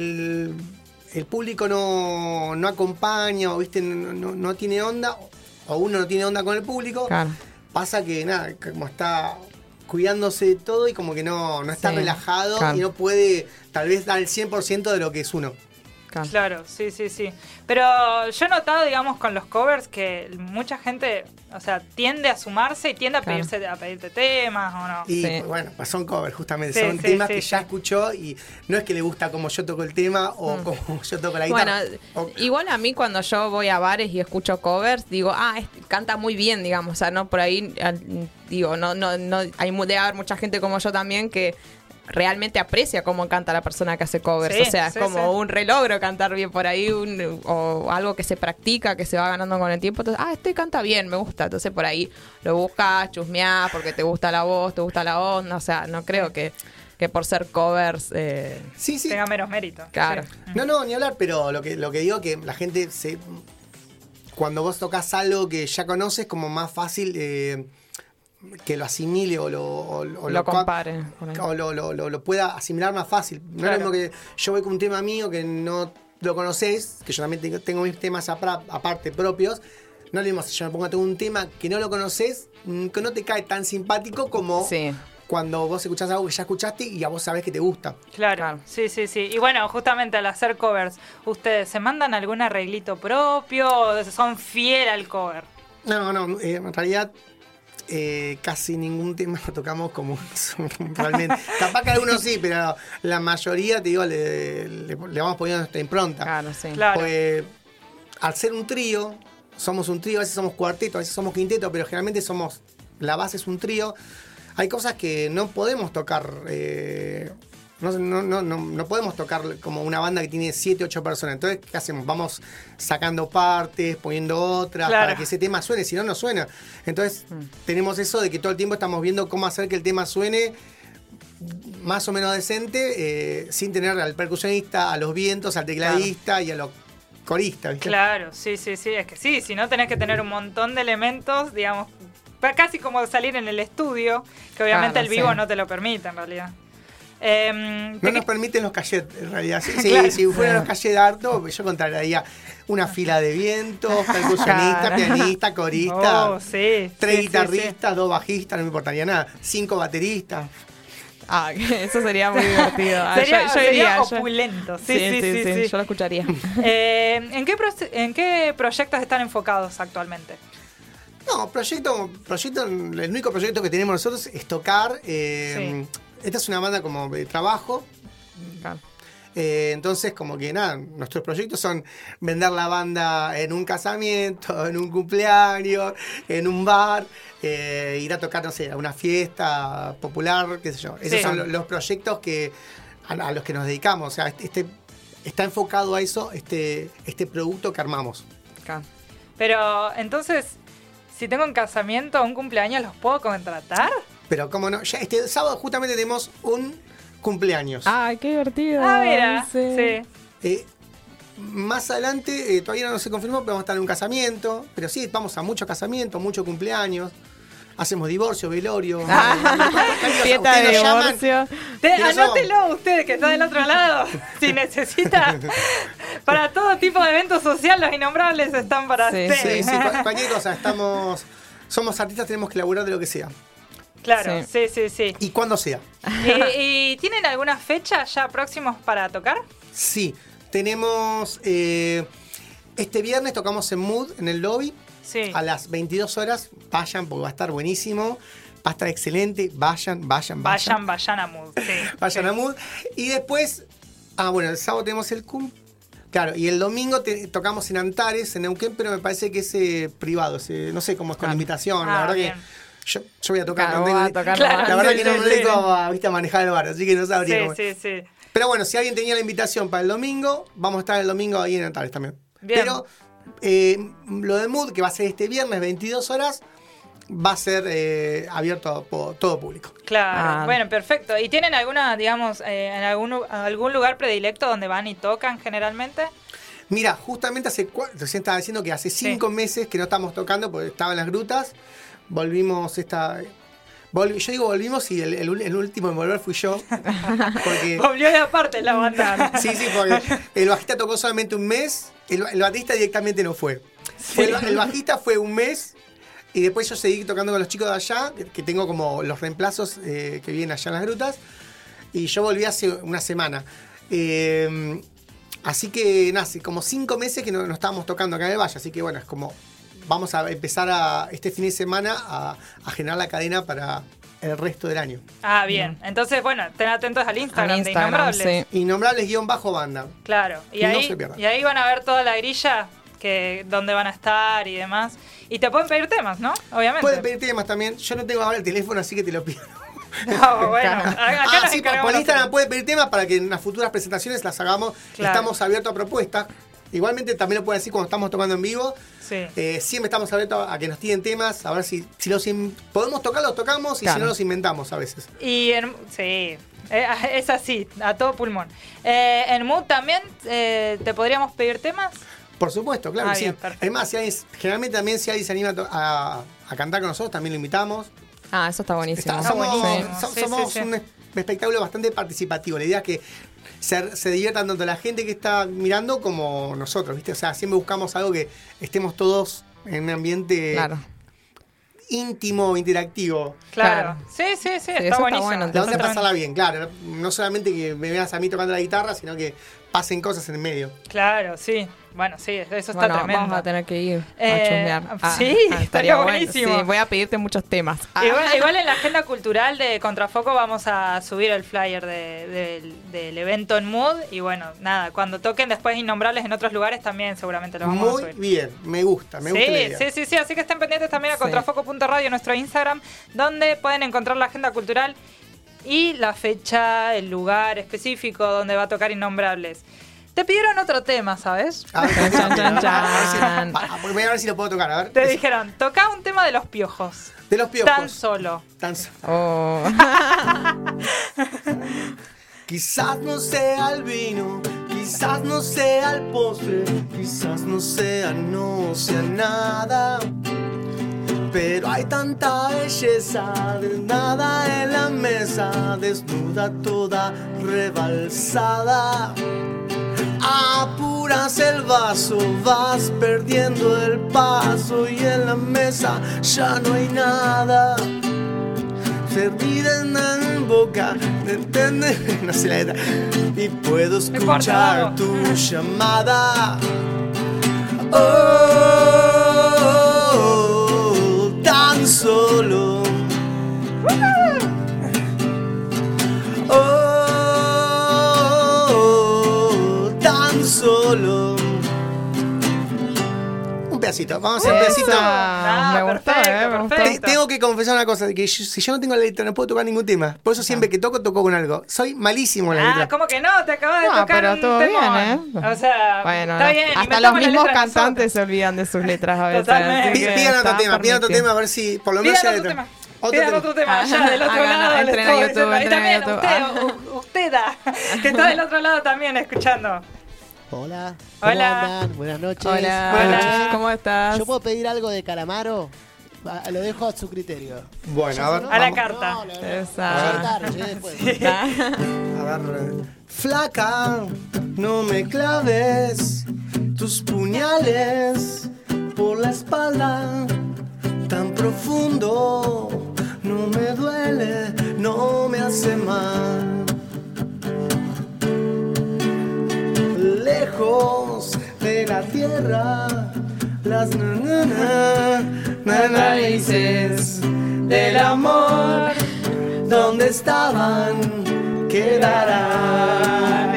el público no acompaña o ¿viste? No tiene onda, o uno no tiene onda con el público, Claro. pasa que nada, como está cuidándose de todo y como que no está Sí, relajado claro. y no puede tal vez dar el 100% de lo que es uno. Claro, sí. Pero yo he notado, digamos, con los covers que mucha gente, O sea, tiende a sumarse y tiende a, Claro. a pedirte temas o no. Y Sí. bueno, pues son covers, justamente. Sí, son sí, temas sí, que ya sí. escuchó y no es que le gusta como yo toco el tema o como yo toco la Bueno, guitarra. igual a mí cuando yo voy a bares y escucho covers, digo, canta muy bien, digamos, o sea, no por ahí, digo, no, debe haber mucha gente como yo también que realmente aprecia cómo canta la persona que hace covers, Sí, o sea, sí, es como sí. un relogro cantar bien por ahí, o algo que se practica, que se va ganando con el tiempo, entonces, este canta bien, me gusta, entonces por ahí lo buscas, chusmeás, porque te gusta la voz, te gusta la onda, o sea, no creo que por ser covers, Sí, sí. Tenga menos mérito. claro. Sí. No, ni hablar, pero lo que digo que la gente cuando vos tocas algo que ya conoces, como más fácil que lo asimile o Lo compare, por ahí. o lo pueda asimilar más fácil. No Claro. es lo mismo que yo voy con un tema mío que no lo conocés, que yo también tengo mis temas aparte propios. No es lo mismo si yo me pongo a tocar un tema que no lo conocés, que no te cae tan simpático como Sí. cuando vos escuchás algo que ya escuchaste y a vos sabés que te gusta. Claro, Claro. sí. Y bueno, justamente al hacer covers, ¿ustedes se mandan algún arreglito propio o son fiel al cover? No, en realidad casi ningún tema lo tocamos como realmente. Capaz que algunos sí, pero la mayoría, te digo, le vamos poniendo nuestra impronta. Claro, sí. Claro. Pues, al ser un trío, somos un trío, a veces somos cuarteto, a veces somos quinteto, pero generalmente la base es un trío. Hay cosas que no podemos tocar, no podemos tocar como una banda que tiene 7, 8 personas. Entonces, ¿qué hacemos? Vamos sacando partes, poniendo otras, Claro. para que ese tema suene, si no, no suena. Entonces, tenemos eso de que todo el tiempo estamos viendo cómo hacer que el tema suene más o menos decente, sin tener al percusionista, a los vientos, al tecladista y a los coristas, ¿viste? Claro, sí, es que sí, si no tenés que tener un montón de elementos, digamos, casi como salir en el estudio, que obviamente Claro, el vivo sí. no te lo permite en realidad. No nos permiten los cachets, en realidad. Sí, Claro. si fueran los cachets de harto, yo contrataría una fila de vientos, percusionista, Claro. pianista, corista, Oh, sí, 3 sí, guitarristas, 2 bajistas, no me importaría nada, 5 bateristas. Eso sería muy divertido. Sería, yo sería iría, opulento, sí. yo lo escucharía. ¿En qué proyectos están enfocados actualmente? No, proyecto, el único proyecto que tenemos nosotros es tocar. Sí. Esta es una banda como de trabajo. Claro. Entonces, como que nada, nuestros proyectos son vender la banda en un casamiento, en un cumpleaños, en un bar, ir a tocar, no sé, a una fiesta popular, qué sé yo. Esos Sí. son los proyectos a los que nos dedicamos. O sea, está enfocado a eso, este producto que armamos. Claro. Pero entonces, si tengo un casamiento o un cumpleaños, ¿los puedo contratar? Pero cómo no, ya este sábado justamente tenemos un cumpleaños. Ay, qué divertido. Mira, Sí. sí. Más adelante, todavía no se confirmó, pero vamos a estar en un casamiento. Pero sí, vamos a muchos casamientos, muchos cumpleaños. Hacemos divorcio, velorio. Fiesta de Ustedes nos llaman. divorcio. Y nosotros- Anótelo usted que está del otro lado. Si necesita. Para todo tipo de eventos sociales, los innombrables están para Sí, usted. Sí, cualquier cosa. Somos artistas, tenemos que laburar de lo que sea. Claro, sí. Y cuando sea. ¿Y tienen alguna fecha ya próximos para tocar? Sí, tenemos... este viernes tocamos en Mood, en el lobby. Sí. A las 22 horas. Vayan, porque va a estar buenísimo. Va a estar excelente. Vayan. Vayan a Mood. Sí. Vayan a Mood. Y después... bueno, el sábado tenemos el Claro, y el domingo tocamos en Antares, en Neuquén, pero me parece que es privado. No sé cómo es con invitación. La verdad bien. que yo voy a tocar. Claro, no tengo va a ni- tocar Claro, nomás. la verdad que no sí, me sí. dedico a manejar el bar, así que no sabría cómo. Sí. Pero bueno, si alguien tenía la invitación para el domingo, vamos a estar el domingo ahí en Antares también. Bien. Pero lo de Mood, que va a ser este viernes, 22 horas, va a ser abierto a todo público. Claro, Ah. bueno, perfecto. ¿Y tienen alguna, digamos, en algún lugar predilecto donde van y tocan generalmente? Mira, justamente recién estaba diciendo que hace 5 meses que no estamos tocando porque estaba en las grutas. Volvimos yo digo volvimos y el último en volver fui yo. Porque, Volvió de aparte la banda. sí, porque el bajista tocó solamente un mes, el baterista directamente no fue. El bajista fue un mes y después yo seguí tocando con los chicos de allá, que tengo como los reemplazos que vienen allá en las grutas. Y yo volví hace una semana. Así que, nada, hace como 5 meses que no estábamos tocando acá en el Valle, así que bueno, es como vamos a empezar este fin de semana a generar la cadena para el resto del año. Ah, bien. Entonces, bueno, estén atentos al Instagram, Al de Instagram, Innombrables. sí. Innombrables_banda. Claro. Y No ahí, se pierdan. y ahí van a ver toda la grilla, dónde van a estar y demás. Y te pueden pedir temas, ¿no? Obviamente. Pueden pedir temas también. Yo no tengo ahora el teléfono, así que te lo pido. No, bueno. Acá nos Sí, encargamos por Instagram nosotros. pueden pedir temas para que en las futuras presentaciones las hagamos. Claro. Estamos abiertos a propuestas. Igualmente también lo pueden decir cuando estamos tocando en vivo. Sí. Siempre estamos abiertos a que nos tiren temas, a ver si podemos tocar, los tocamos y Claro. si no los inventamos a veces. Y sí, es así, a todo pulmón. En Mood también te podríamos pedir temas. Por supuesto, claro que sí. Bien, perfecto. Es más, generalmente también si alguien se anima a cantar con nosotros, también lo invitamos. Ah, eso está buenísimo. Somos, buenísimo. so- Sí, somos sí, sí. un espectáculo bastante participativo. La idea es que se diviertan tanto la gente que está mirando como nosotros, ¿viste? O sea, siempre buscamos algo que estemos todos en un ambiente Claro. íntimo, interactivo. Claro. Claro. Sí, eso está está buenísimo. bueno, La onda es Exactamente. pasarla bien, claro. No solamente que me veas a mí tocando la guitarra, sino que pasen cosas en el medio. Claro, sí. Bueno, sí, eso está Bueno, tremendo. vamos a tener que ir a Eh, chusmear. sí, estaría buenísimo. Sí, voy a pedirte muchos temas. Igual en la agenda cultural de Contrafoco vamos a subir el flyer del evento en Mood. Y bueno, nada, cuando toquen después Innombrables en otros lugares también seguramente lo vamos a Muy subir. bien, me gusta la idea. Sí, así que estén pendientes también a Sí. contrafoco.radio, nuestro Instagram, donde pueden encontrar la agenda cultural y la fecha, el lugar específico donde va a tocar Innombrables. Te pidieron otro tema, ¿sabes? A ver, Chan, chan, chan. voy a ver si lo puedo tocar, a ver. Te dijeron, toca un tema de los piojos. De los piojos. Tan solo. Oh. Quizás no sea el vino, quizás no sea el postre, quizás no sea nada. Pero hay tanta belleza desnada en la mesa, desnuda toda rebalsada. Apuras el vaso, vas perdiendo el paso y en la mesa ya no hay nada. Servida en boca, no sé la letra, y puedo escuchar tu llamada. Oh, tan solo. Oh, tan solo. Un pedacito, vamos a hacer un pedacito. Me gustó, me gustó. Tengo que confesar una cosa, que si yo no tengo la letra no puedo tocar ningún tema. Por eso siempre que toco con algo. Soy malísimo en la letra. ¿Cómo que no? Te acabas de No, tocar pero un todo temón. bien, O sea, Bueno, está bien. hasta inventamos los la mismos letra cantantes se olvidan de sus letras a veces. Totalmente. así que Pidan otro está tema, pidan otro permitido. tema a ver si por lo menos Pidan sea otro letra. tema. Pidan otro tema allá del otro Hagan, lado. entren les a estoy YouTube, diciendo. Y entren a también YouTube. usted, que está del otro lado también escuchando. Hola. ¿Cómo Hola. andan? Buenas noches. Hola, Buenas noches. ¿cómo estás? ¿Yo puedo pedir algo de Calamaro? Lo dejo a su criterio. Bueno, a ver. A la vamos. carta. No, no, no. Esa. Llegué tarde, llegué después. A ver. Flaca, no me claves tus puñales por la espalda tan profundo. No me duele, no me hace mal. Lejos de la tierra, las raíces del amor, donde estaban, quedarán.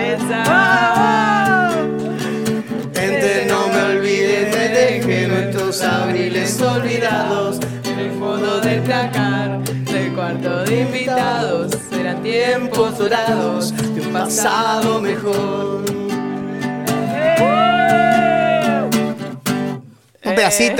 Gente, no me olvides, me deje nuestros abriles olvidados. En el fondo del placar, del cuarto de invitados, serán tiempos dorados de un Pasado mejor. Un pedacito.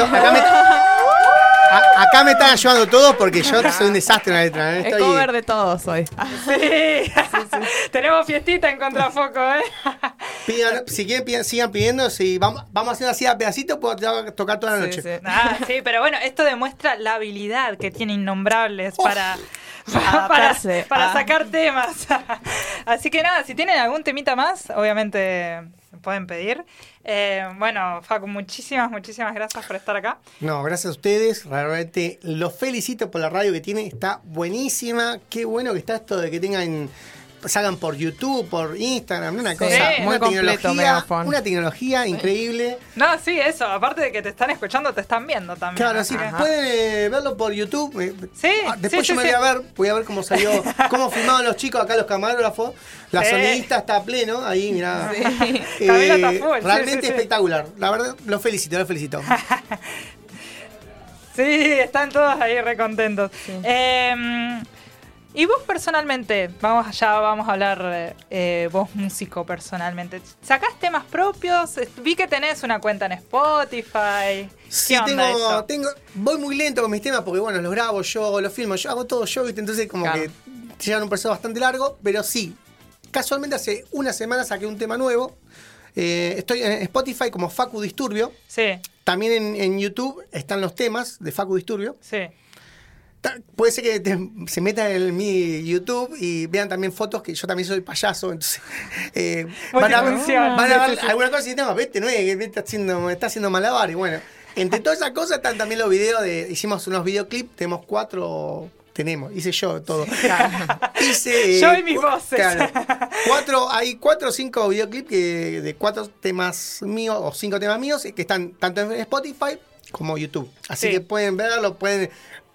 Acá me están ayudando todos porque yo soy un desastre en la letra. Es cover de todos hoy. Sí. Tenemos fiestita en Contrafoco, ¿eh? Si quieren, sigan pidiendo. Si vamos haciendo así a pedacitos, puedo tocar toda la noche. Sí, pero bueno, esto demuestra la habilidad que tiene Innombrables para Adaptarse. sacar temas. Así que nada, si tienen algún temita más, obviamente pueden pedir. Bueno, Facu, muchísimas gracias por estar acá. No, gracias a ustedes. Realmente los felicito por la radio que tienen. Está buenísima. Qué bueno que está esto de que tengan salgan por YouTube, por Instagram, una cosa, muy completo, Megafon. una tecnología increíble. No, sí, eso. Aparte de que te están escuchando, te están viendo también. Claro, sí, Ajá. pueden verlo por YouTube. Sí, después sí, yo sí, me voy a ver cómo salió, cómo filmaban los chicos acá, los camarógrafos. La Sí. sonidista está a pleno, ahí, mirá. Camila está full, sí, realmente sí, sí. espectacular. La verdad, los felicito. Sí, están todos ahí recontentos. Y vos personalmente, vamos a hablar, vos músico personalmente, ¿sacás temas propios? Vi que tenés una cuenta en Spotify. Sí, ¿Qué onda eso? voy muy lento con mis temas porque, bueno, los grabo yo, los filmo yo, hago todo yo, ¿viste? Entonces como Claro. que llevan un proceso bastante largo, pero sí. Casualmente hace una semana saqué un tema nuevo. Estoy en Spotify como Facu Disturbio. Sí, También en YouTube están los temas de Facu Disturbio. sí. Puede ser que se metan en mi YouTube y vean también fotos, que yo también soy payaso, entonces van a Multifunción. ver alguna cosa y dicen, no, vete, no es que está haciendo malabar. Y bueno, entre todas esas cosas están también los videos hicimos unos videoclips, hice yo todo. Hice, Yo y mis voces. Claro, hay 4 o 5 videoclips de 4 temas míos o 5 temas míos que están tanto en Spotify como YouTube. Así Sí. que pueden verlo, pueden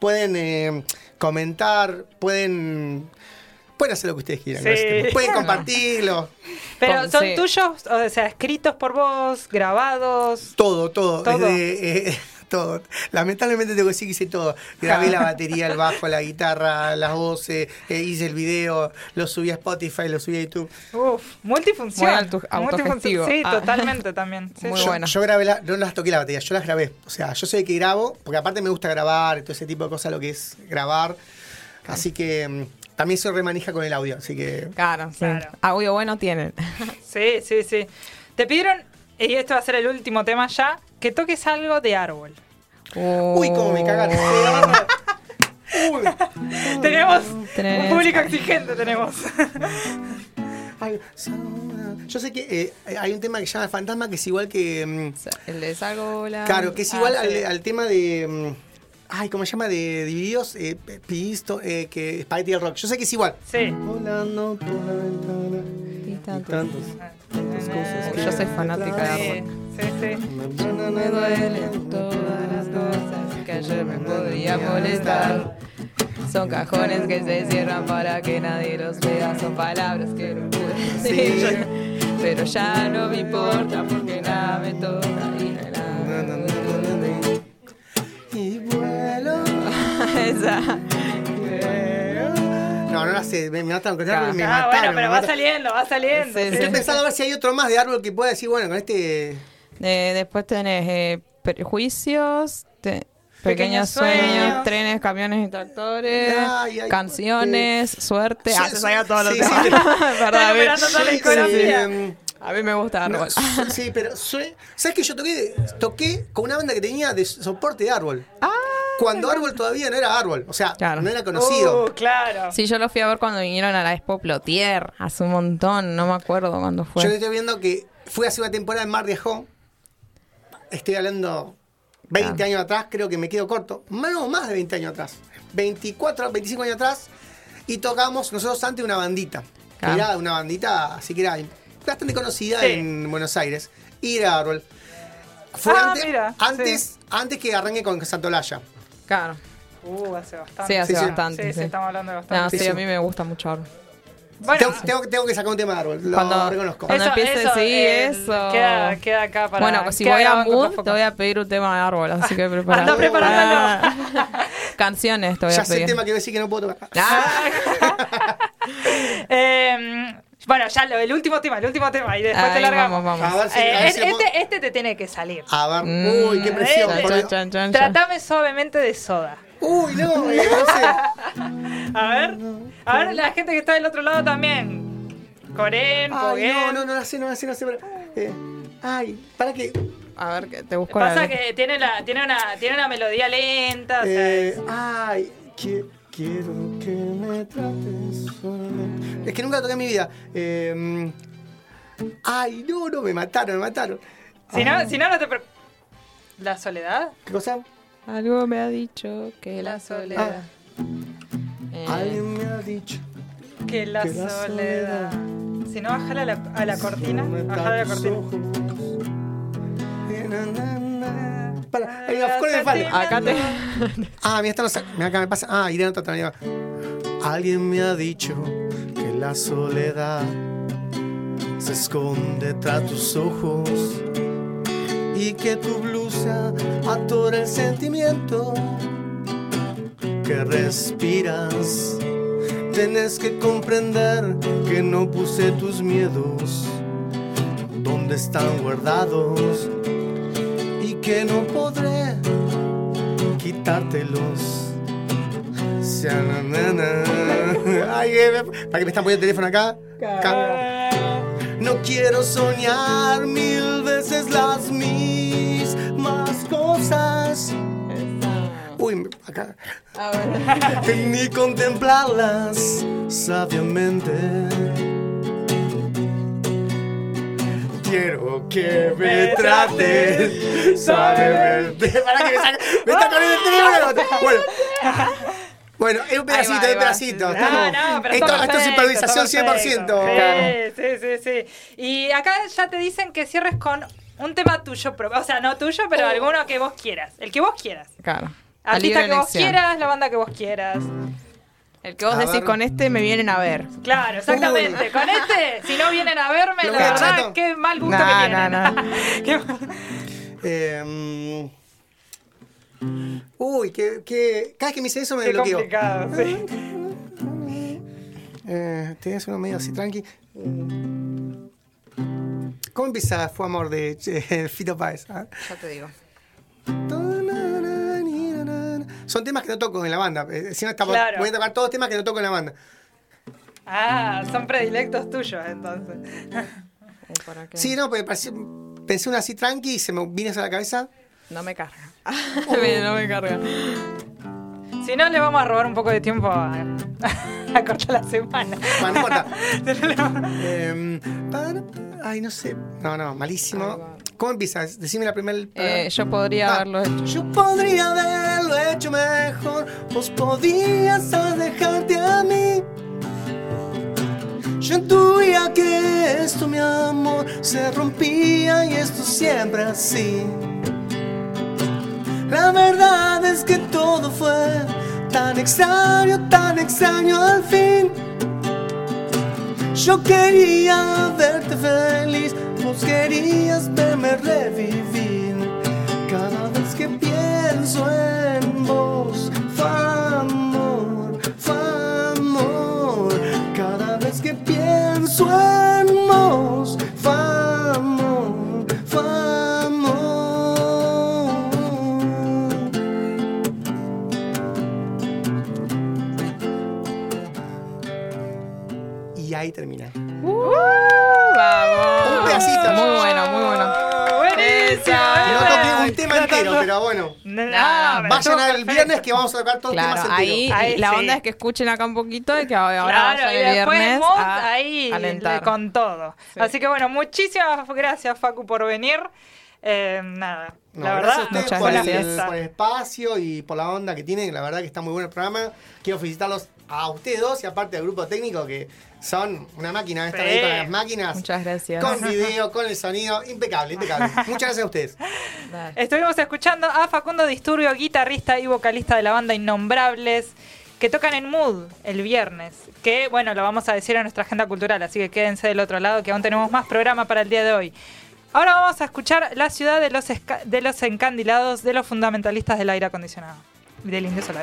comentar, pueden hacer lo que ustedes quieran. Sí. Pueden compartirlo. Pero son Sí. tuyos, o sea, escritos por vos, grabados. Todo. Todo. Todo. Lamentablemente tengo que decir que hice todo. Grabé la batería, el bajo, la guitarra, las voces, hice el video, lo subí a Spotify, lo subí a YouTube. Uf, multifunción. Muy autogestivo. Sí, Ah. totalmente también. Sí, Muy sí. bueno. Yo grabé no las toqué la batería, yo las grabé. O sea, yo soy el que grabo, porque aparte me gusta grabar y todo ese tipo de cosas, lo que es grabar. Así que también soy remanija con el audio, así que... Claro, sí. Claro. Audio bueno tienen. Sí. Te pidieron, y esto va a ser el último tema ya, que toques algo de Árbol. Uy, cómo me cagaron. Uy. Tenemos Tenés- un público exigente, tenemos. Ay, yo sé que hay un tema que se llama Fantasma, que es igual que... El de Sagola. claro, que es igual sí. al tema de... ¿cómo se llama? De Divididos, Pidisto, que Spaghetti del Rock. Yo sé que es igual. Sí. Volando por la ventana. Y tantos. tantas cosas que Yo soy fanática de Árbol. Sí. Me duelen todas las cosas que ayer me podría molestar. Son cajones que se cierran para que nadie los vea. Son palabras que no pude decir. Pero ya no me importa porque nada me toca y no hay nada. Y vuelo. Esa. No la sé, me mataron con Árbol y me Ah, mataron. bueno, me pero va mataron. saliendo, va saliendo. Sí, Estoy pensando a ver si hay otro más de Árbol que pueda decir, bueno, con este... Después tenés prejuicios, Pequeños pequeños sueños. sueños, trenes, camiones y tractores, Ay, canciones, suerte. Sí, Se sabía todos los sí, temas. sí. Perdón, a mí- Estoy esperando toda la discografía. a mí me gusta No, Árbol. sí, pero ¿sabes que yo toqué con una banda que tenía de soporte de Árbol? Cuando Árbol todavía no era Árbol, o sea, Claro. no era conocido. Claro. Sí, yo lo fui a ver cuando vinieron a la Expo Plotier, hace un montón, no me acuerdo cuándo fue. Yo le estoy viendo que fue hace una temporada en Mar de Ajó. Estoy hablando 20 años atrás, creo que me quedo corto. No, más de 20 años atrás. 24, 25 años atrás. Y tocamos nosotros antes una bandita. Que Claro. era una bandita, así que era bastante conocida Sí. en Buenos Aires. Y era Árbol. Fue Mira, antes que arranque con Santolaya. Claro. Hace bastante. Sí, hace Sí, sí. bastante. Sí, Sí. estamos hablando de No, bastante. sí, Sí, a sí. mí me gusta mucho Árbol. Bueno, Tengo que sacar un tema de Árbol, lo Cuando- reconozco. Cuando empiece, sí, eso. Queda acá para. Bueno, si queda voy a grabado en Mood, Contrafoco. te voy a pedir un tema de Árbol, así que prepara. Anda preparándolo. Canciones te voy Ya a sé el pedir. tema que voy a decir que no puedo tocar. Bueno, ya el último tema, y después Ahí te largamos. vamos. A ver si, a ver si lo puedo- Este te tiene que salir. A ver, uy, qué presión. Chan, por chan, Dios. chan, chan. Trátame suavemente de Soda. Uy, no, no sé. A ver la gente que está del otro lado también. Coren, Ay, Poguén. no la sé. Para que. A ver, que te busco Pasa la que tiene una melodía lenta. O sea, Quiero que me trates suavemente. Es que nunca la toqué en mi vida. Ay, no, me mataron. si no te preocupes. ¿La soledad? ¿Qué cosa? Algo me ha dicho que la soledad. Alguien me ha dicho Que la soledad. Si no, bajala a la cortina. Bajala a la cortina. Para, hay una cortina de falda. Acá te. Mira, esta no sé. Mira, acá me pasa. Iré en otra tonalidad. Alguien me ha dicho que la soledad se esconde tras tus ojos y que tu blusa atora el sentimiento que respiras. Tienes que comprender que no puse tus miedos donde están guardados y que no podré quitártelos. Ay, ¿para qué me están poniendo el teléfono acá? No quiero soñar 1000 veces las mismas cosas. Uy, acá. Ni contemplarlas sabiamente. Quiero que me trates suavemente. Para que me está corriendo el teléfono. Bueno, es un pedacito, Esto es improvisación 100%. Sí. Y acá ya te dicen que cierres con un tema tuyo propio. O sea, no tuyo, pero alguno que vos quieras. El que vos quieras. Claro. Artista que vos quieras, la banda que vos quieras. El que vos decís con este me vienen a ver. Claro, exactamente. Con este, si no vienen a verme, la verdad, qué mal gusto que tienen. Uy, cada vez que me dice eso me bloqueo. Qué complicado, sí. Tienes uno medio así tranqui. ¿Cómo empieza Fue Amor de Fito Páez? Ya te digo. Son temas que no toco en la banda. Si no, Claro. voy a tocar todos temas que no toco en la banda. Son predilectos tuyos, entonces. Sí, no, porque pensé una así tranqui y se me vino eso a la cabeza. No me carga. No me carga. Si no, le vamos a robar un poco de tiempo a cortar la semana. Bueno, no importa. Ay, no sé. No, malísimo. ¿Cómo empiezas? Decime la primera. Yo podría haberlo hecho. Yo podría haberlo hecho mejor. Vos podías dejarte a mí. Yo intuía que esto, mi amor, se rompía y esto siempre así. La verdad es que todo fue tan extraño al fin. Yo quería verte feliz, vos querías verme revivir. Cada vez que pienso en vos, fue amor. Cada vez que pienso en vos, fue amor. Y ahí termina. ¡Vamos! Un pedacito. Muy bueno. Buenísimo. No toqué un tema entero, pero bueno. Vayan al viernes que vamos a tocar todos los temas enteros. Ahí la sí. onda es que escuchen acá un poquito y que ahora vayan Y el después viernes Mood a ahí alentar. con todo. Sí. Así que bueno, muchísimas gracias, Facu, por venir. La verdad, gracias a ustedes muchas por gracias. por el espacio y por la onda que tienen. La verdad que está muy bueno el programa. Quiero felicitarlos a ustedes dos y aparte al grupo técnico que son una máquina de estar ahí con las máquinas. Muchas gracias. Con video, con el sonido, impecable. Muchas gracias a ustedes. Dale. estuvimos escuchando a Facundo Disturbio, guitarrista y vocalista de la banda Innombrables, que tocan en Mood el viernes. Que, bueno, lo vamos a decir en nuestra agenda cultural, así que quédense del otro lado, que aún tenemos más programa para el día de hoy. Ahora vamos a escuchar La ciudad de los encandilados, de los fundamentalistas del aire acondicionado y del indio solar.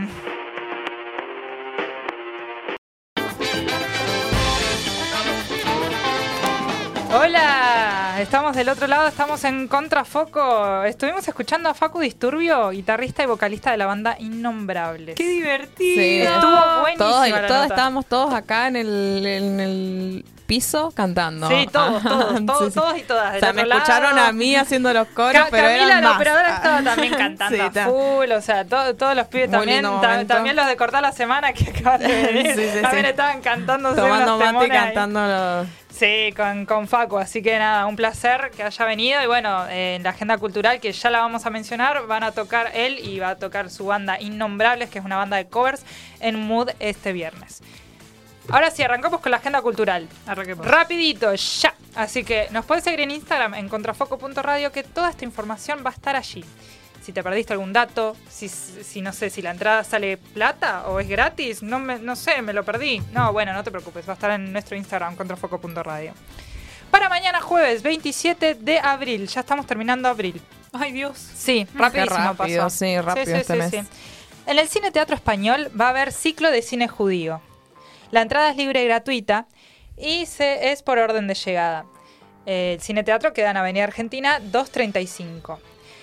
Hola, estamos del otro lado, estamos en Contrafoco. Estuvimos escuchando a Facu Disturbio, guitarrista y vocalista de la banda Innombrables. ¡Qué divertido! Sí, Estuvo buenísimo. Todos estábamos todos acá en el piso cantando. Sí, todos y todas. O sea, me escucharon a mí haciendo los coros, pero Camila, eran la más. operadora, estaba también cantando a full, o sea, todos los pibes Muy también, lindo momento. también los de Cortar la Semana que acaban de venir, Sí, también estaban cantándose tomando unos mate y temones ahí. cantando los... Sí, con Facu, así que nada, un placer que haya venido y bueno, en la agenda cultural que ya la vamos a mencionar, van a tocar él y va a tocar su banda Innombrables, que es una banda de covers, en Mood este viernes. Ahora sí, arrancamos con la agenda cultural. Arranquemos. Rapidito, ya. Así que nos puedes seguir en Instagram en contrafoco.radio, que toda esta información va a estar allí. Si te perdiste algún dato, si no sé, si la entrada sale plata o es gratis, no sé, me lo perdí. No, bueno, no te preocupes, va a estar en nuestro Instagram, contrafoco.radio. Para mañana jueves 27 de abril, ya estamos terminando abril. Ay, Dios. Sí, rapidísimo rápido, pasó. sí, rápido este mes. En el Cine Teatro Español va a haber ciclo de cine judío. La entrada es libre y gratuita y es por orden de llegada. El Cine Teatro queda en Avenida Argentina 235.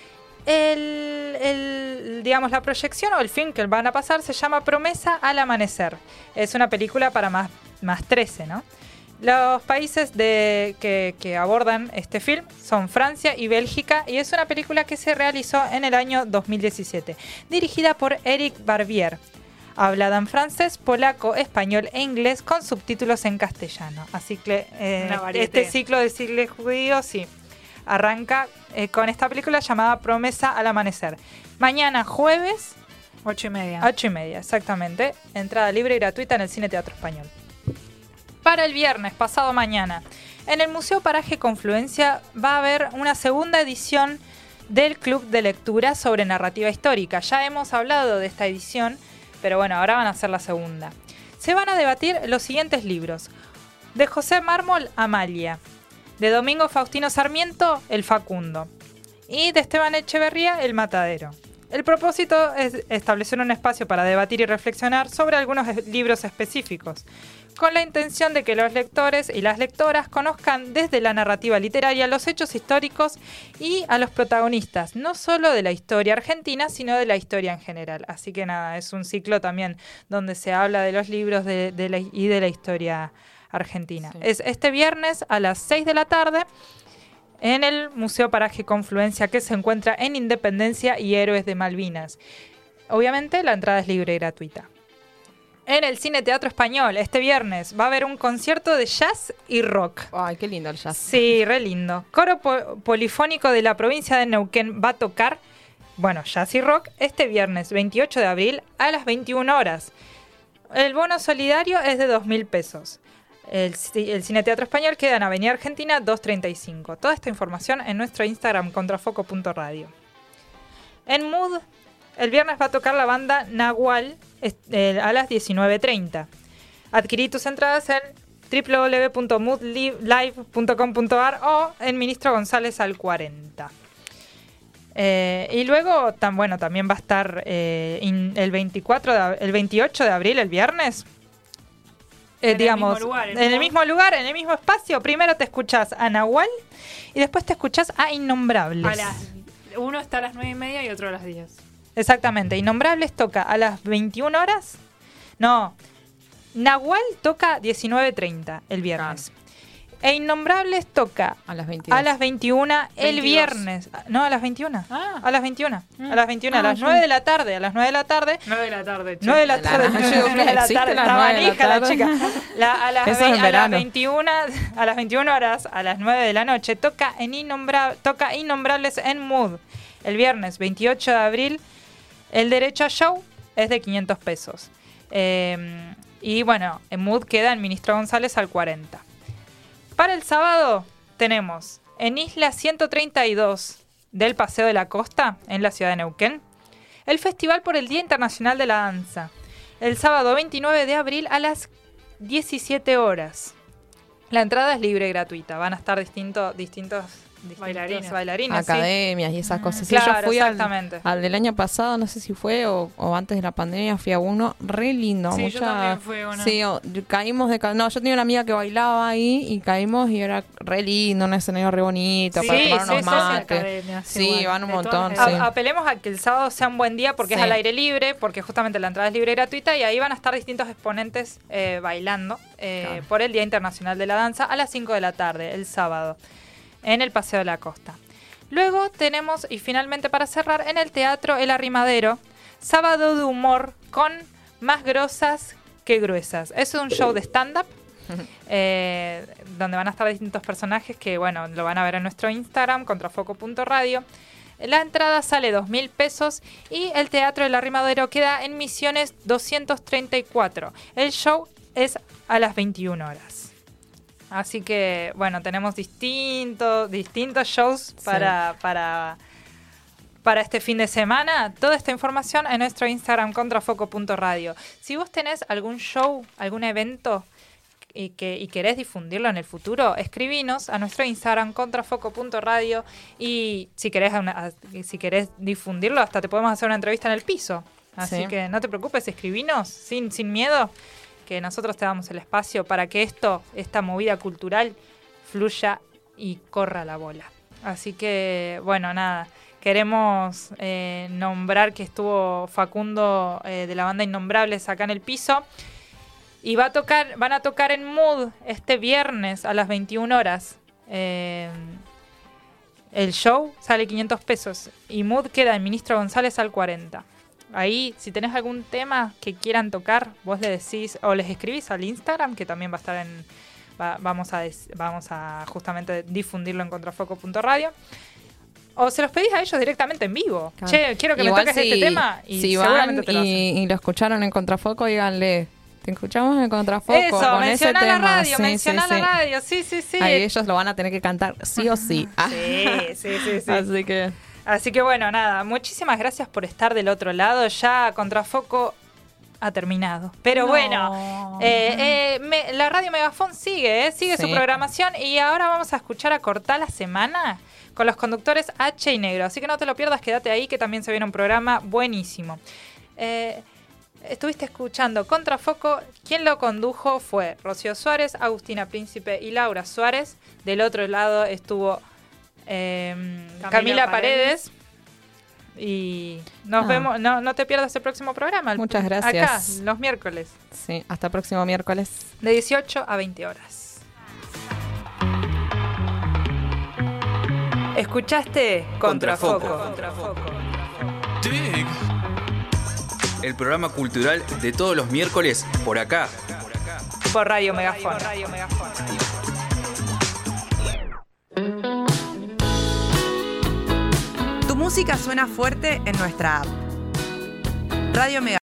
Digamos, la proyección o el film que van a pasar se llama Promesa al Amanecer. Es una película para más 13, ¿no? Los países que abordan este film son Francia y Bélgica, y es una película que se realizó en el año 2017, dirigida por Eric Barbier. Hablada en francés, polaco, español e inglés con subtítulos en castellano. Así que este ciclo de cine judío, sí, arranca con esta película llamada Promesa al Amanecer. Mañana jueves 8:30. 8:30, exactamente. Entrada libre y gratuita en el Cine Teatro Español. Para el viernes, pasado mañana, en el Museo Paraje Confluencia va a haber una segunda edición del Club de Lectura sobre Narrativa Histórica. Ya hemos hablado de esta edición, pero bueno, ahora van a ser la segunda. Se van a debatir los siguientes libros. De José Mármol, Amalia. De Domingo Faustino Sarmiento, El Facundo. Y de Esteban Echeverría, El Matadero. El propósito es establecer un espacio para debatir y reflexionar sobre algunos libros específicos, con la intención de que los lectores y las lectoras conozcan desde la narrativa literaria los hechos históricos y a los protagonistas, no solo de la historia argentina, sino de la historia en general. Así que nada, es un ciclo también donde se habla de los libros y de la historia argentina. Sí. Es este viernes a las 6 de la tarde en el Museo Paraje Confluencia, que se encuentra en Independencia y Héroes de Malvinas. Obviamente la entrada es libre y gratuita. En el Cine Teatro Español, este viernes, va a haber un concierto de jazz y rock. Ay, qué lindo el jazz. Sí, re lindo. Coro polifónico de la provincia de Neuquén va a tocar, jazz y rock, este viernes 28 de abril a las 21 horas. El bono solidario es de 2.000 pesos. El Cine Teatro Español queda en Avenida Argentina 235. Toda esta información en nuestro Instagram, contrafoco.radio. En Mood, el viernes va a tocar la banda Nahual a las 19:30. Adquirí tus entradas en www.moodlive.com.ar o en Ministro González al 40. Y luego también va a estar el 28 de abril, el viernes. En el mismo lugar, en el mismo espacio. Primero te escuchás a Nahual y después te escuchás a Innombrables. Uno está a las 9:30 y otro a las 10. Exactamente. Innombrables toca a las 21 horas. No, Nahual toca 19:30 el viernes. E Innombrables toca a las 22. A las 21 el viernes. No, a las 21. A las 21. A las 21, a las 9 de la tarde. A las 9 de la tarde. 9 de la tarde. 9 de la tarde. 9 de la tarde. Está manija la chica. A las 21 horas, a las 9 de la noche, toca Innombrables en Mood. El viernes 28 de abril, el derecho a show es de 500 pesos. Y bueno, en Mood queda en Ministro González al 40. Para el sábado tenemos en Isla 132 del Paseo de la Costa, en la ciudad de Neuquén, el Festival por el Día Internacional de la Danza. El sábado 29 de abril a las 17 horas. La entrada es libre y gratuita. Van a estar distintos bailarines, academias, sí, y esas cosas. Sí, claro, yo fui al del año pasado, no sé si fue o antes de la pandemia, fui a uno re lindo. Sí, yo también fui a uno. Sí, caímos yo tenía una amiga que bailaba ahí y caímos y era re lindo, un escenario re bonito, para tomar unos mates. Sí, van un montón. Apelemos a que el sábado sea un buen día porque es al aire libre, porque justamente la entrada es libre y gratuita, y ahí van a estar distintos exponentes bailando por el Día Internacional de la Danza a las 5 de la tarde, el sábado, en el Paseo de la Costa. Luego tenemos, y finalmente para cerrar, en el Teatro El Arrimadero, Sábado de Humor con Más Grosas que Gruesas. Es un show de stand-up donde van a estar distintos personajes que, lo van a ver en nuestro Instagram, contrafoco.radio. La entrada sale 2.000 pesos y el Teatro El Arrimadero queda en Misiones 234. El show es a las 21 horas. Así que, bueno, tenemos distintos shows para este fin de semana. Toda esta información en nuestro Instagram, contrafoco.radio. Si vos tenés algún show, algún evento y querés difundirlo en el futuro, escribinos a nuestro Instagram, contrafoco.radio. Y si querés difundirlo, hasta te podemos hacer una entrevista en el piso. Así que no te preocupes, escribinos sin miedo, que nosotros te damos el espacio para que esta movida cultural fluya y corra la bola. Así que, bueno, nada, queremos nombrar que estuvo Facundo de la banda Innombrables acá en el piso, y van a tocar en Mood este viernes a las 21 horas. El show sale 500 pesos y Mood queda en Ministro González al 40. Ahí, si tenés algún tema que quieran tocar, vos le decís o les escribís al Instagram, que también va a estar vamos a justamente difundirlo en contrafoco.radio. O se los pedís a ellos directamente en vivo. Claro. Che, quiero que Igual me toques este tema. Y si seguramente van te lo hacen. y lo escucharon en Contrafoco, díganle, te escuchamos en Contrafoco. Eso, con ese mencioná la tema. radio, mencioná la radio. Sí. Ahí ellos lo van a tener que cantar sí o sí. Sí. Así que bueno, nada, muchísimas gracias por estar del otro lado. Ya Contrafoco ha terminado. Pero bueno, la Radio Megafón sigue su programación, y ahora vamos a escuchar a Cortar la Semana con los conductores H y Negro. Así que no te lo pierdas, quédate ahí, que también se viene un programa buenísimo. Estuviste escuchando Contrafoco. Quien lo condujo fue Rocío Suárez, Agustina Príncipe y Laura Suárez. Del otro lado estuvo Camila Paredes. Y nos vemos. No te pierdas el próximo programa. Muchas gracias. Acá, los miércoles. Sí, hasta el próximo miércoles. De 18 a 20 horas. ¿Escuchaste? Contrafoco. El programa cultural de todos los miércoles por acá. Por Radio Megafón. Tu música suena fuerte en nuestra app. Radio Megafón.